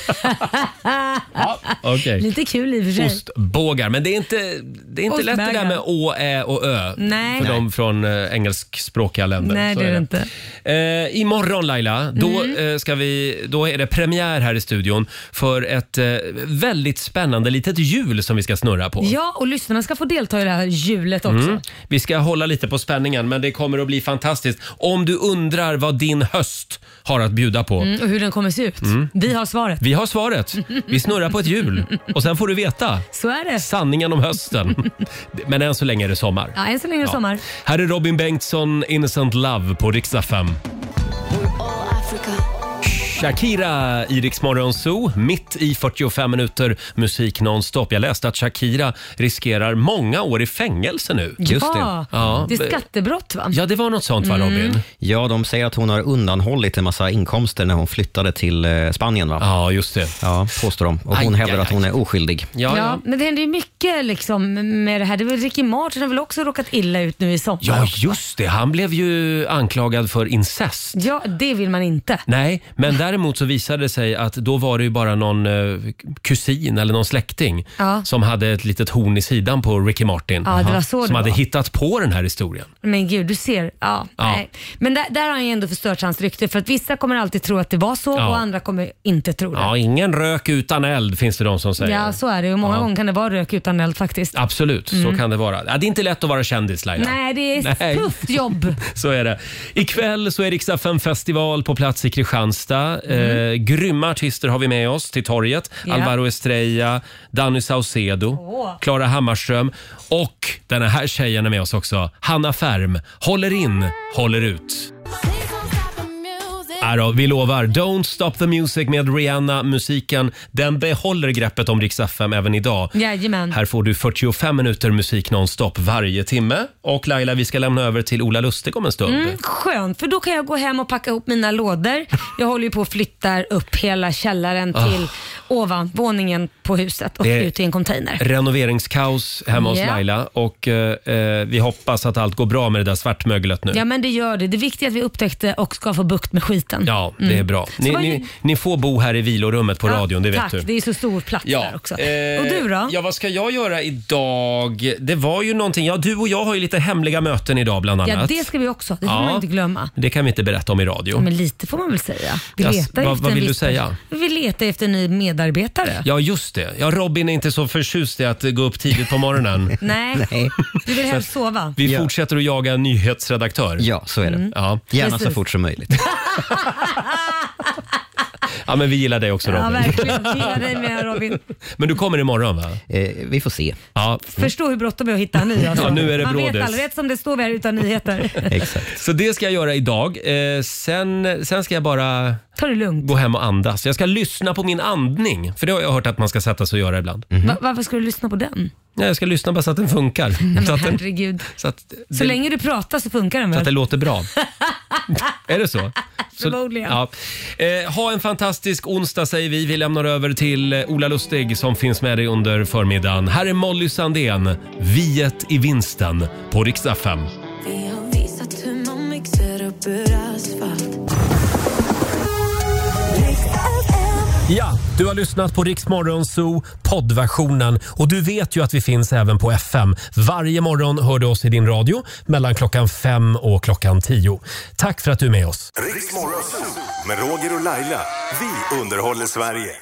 Okej. Lite kul i och för sig. Ostbågar, men det är inte, det är inte lätt det där Ostbögar. med å, ä och ö. Nej. För Nej. de från eh, engelskspråkiga länder. Nej, Så det är det inte. Eh, imorgon Laila, då, Mm. eh, ska vi, då är det premiär här i studion för ett eh, väldigt spännande litet hjul som vi ska snurra på. Ja, och lyssnarna ska få delta i det här hjulet också. Mm. Vi ska hålla lite på spänningen, men det kommer att bli fantastiskt. Om du undrar vad din höst har att bjuda på. Mm, och hur den kommer se ut. Mm. Vi har svaret. Vi har svaret. Vi snurrar på ett hjul och sen får du veta Så är det. sanningen om hösten. Men än så länge är det sommar. Ja, än så länge är det Ja. sommar. Här är Robin Bengtsson, Innocent Love på Rix F M. Shakira i Rix Morgon Zoo, mitt i fyrtiofem minuter musik nonstop. Jag läste att Shakira riskerar många år i fängelse nu. Just Ja, det. Ja, det är skattebrott va? Ja, det var något sånt va, Robin? Ja, de säger att hon har undanhållit en massa inkomster när hon flyttade till eh, Spanien, va? Ja, just det. Ja, påstår de. Och hon Aj, hävdar aj, att hon är oskyldig. Ja, Ja, ja. men det händer ju mycket liksom med det här. Det är väl Ricky Martin har väl också råkat illa ut nu i sommar. Ja, just det. Han blev ju anklagad för incest. Ja, det vill man inte. Nej, men däremot så visade det sig att då var det ju bara någon eh, kusin eller någon släkting Ja. som hade ett litet horn i sidan på Ricky Martin. Ja, det var så som det hade var. hittat på den här historien. Men gud, du ser. Ja, Ja. Nej. Men där, där har han ju ändå förstört hans rykte. För att vissa kommer alltid tro att det var så Ja. och andra kommer inte tro det. Ja, ingen rök utan eld finns det de som säger. Ja, så är det. Och många Ja. gånger kan det vara rök utan eld faktiskt. Absolut, så kan det vara. Ja, det är inte lätt att vara kändis, Laila. Nej, det är ett Nej. tufft jobb. Så är det. Ikväll så är Rix F M festival på plats i Kristianstad. Eh, grymma artister har vi med oss till torget. Ja. Alvaro Estrella, Danny Saucedo, Åh. Klara Hammarström och den här tjejen är med oss också. Hanna Färm. Håller in, håller ut. Ja då, vi lovar. Don't Stop the Music med Rihanna. Musiken, den behåller greppet om Rix F M även idag. Jajamän. Här får du fyrtiofem minuter musik nonstop varje timme. Och Laila, vi ska lämna över till Ola Lustig om en stund. Mm, skönt, för då kan jag gå hem och packa ihop mina lådor. Jag håller ju på att flytta upp hela källaren till ovanvåningen på huset och Det är ut i en container. Renoveringskaos hemma hos Ja. Laila och eh, vi hoppas att allt går bra med det där svartmöglet nu. Ja, men det gör det. Det är viktigt att vi upptäckte och ska få bukt med skiten. Ja, det är bra. Ni, vad- ni, ni får bo här i vilorummet på Ja, radion, det vet tack, du. det är så stor plats där också. eh, Och du då? Ja, vad ska jag göra idag? Det var ju någonting, ja du och jag har ju lite hemliga möten idag bland annat. Ja, det ska vi också. Det får Ja. man inte glömma. Det kan vi inte berätta om i radio. Men lite får man väl säga. Vi Ja, letar vad- efter vad en vill du viss säga? person. Vi letar efter en ny medarbetare. Ja, just det. Ja, Robin är inte så förtjust i att gå upp tidigt på morgonen. Nej, Nej. du vill helst sova. Vi Ja. fortsätter att jaga en nyhetsredaktör. Ja, så är det. Ja. Gärna så Precis. fort som möjligt. ja, men vi gillar dig också Ja, Robin. verkligen. Vi gillar dig med Robin. Men du kommer imorgon va? Eh, vi får se. Ja. Förstå hur bråttom det är att hitta en ny. Alltså. Ja, nu är det Man brådis. vet aldrig, rätt som det står vi här utan nyheter. Exakt. Så det ska jag göra idag. Eh, sen, sen ska jag bara Ta det lugnt. gå hem och andas. Jag ska lyssna på min andning. För det har jag hört att man ska sätta sig och göra ibland. Va- varför ska du lyssna på den? Ja, jag ska lyssna bara så att den funkar. Men Så att, den, herregud. så att, Så det, länge du pratar så funkar den så att det väl? låter bra. Är det så? så Förmodligen. ja. eh, ha en fantastisk onsdag säger vi. Vi lämnar över till eh, Ola Lustig som finns med dig under förmiddagen. Här är Molly Sandén, Viet i vinsten på Rix F M. Vi har visat hur man mixar upp ur asfalt. Ja, du har lyssnat på Rix Morgon Zoo poddversionen och du vet ju att vi finns även på F M. Varje morgon hör du oss i din radio mellan klockan fem och klockan tio. Tack för att du är med oss. Rix Morgon Zoo med Roger och Laila. Vi underhåller Sverige.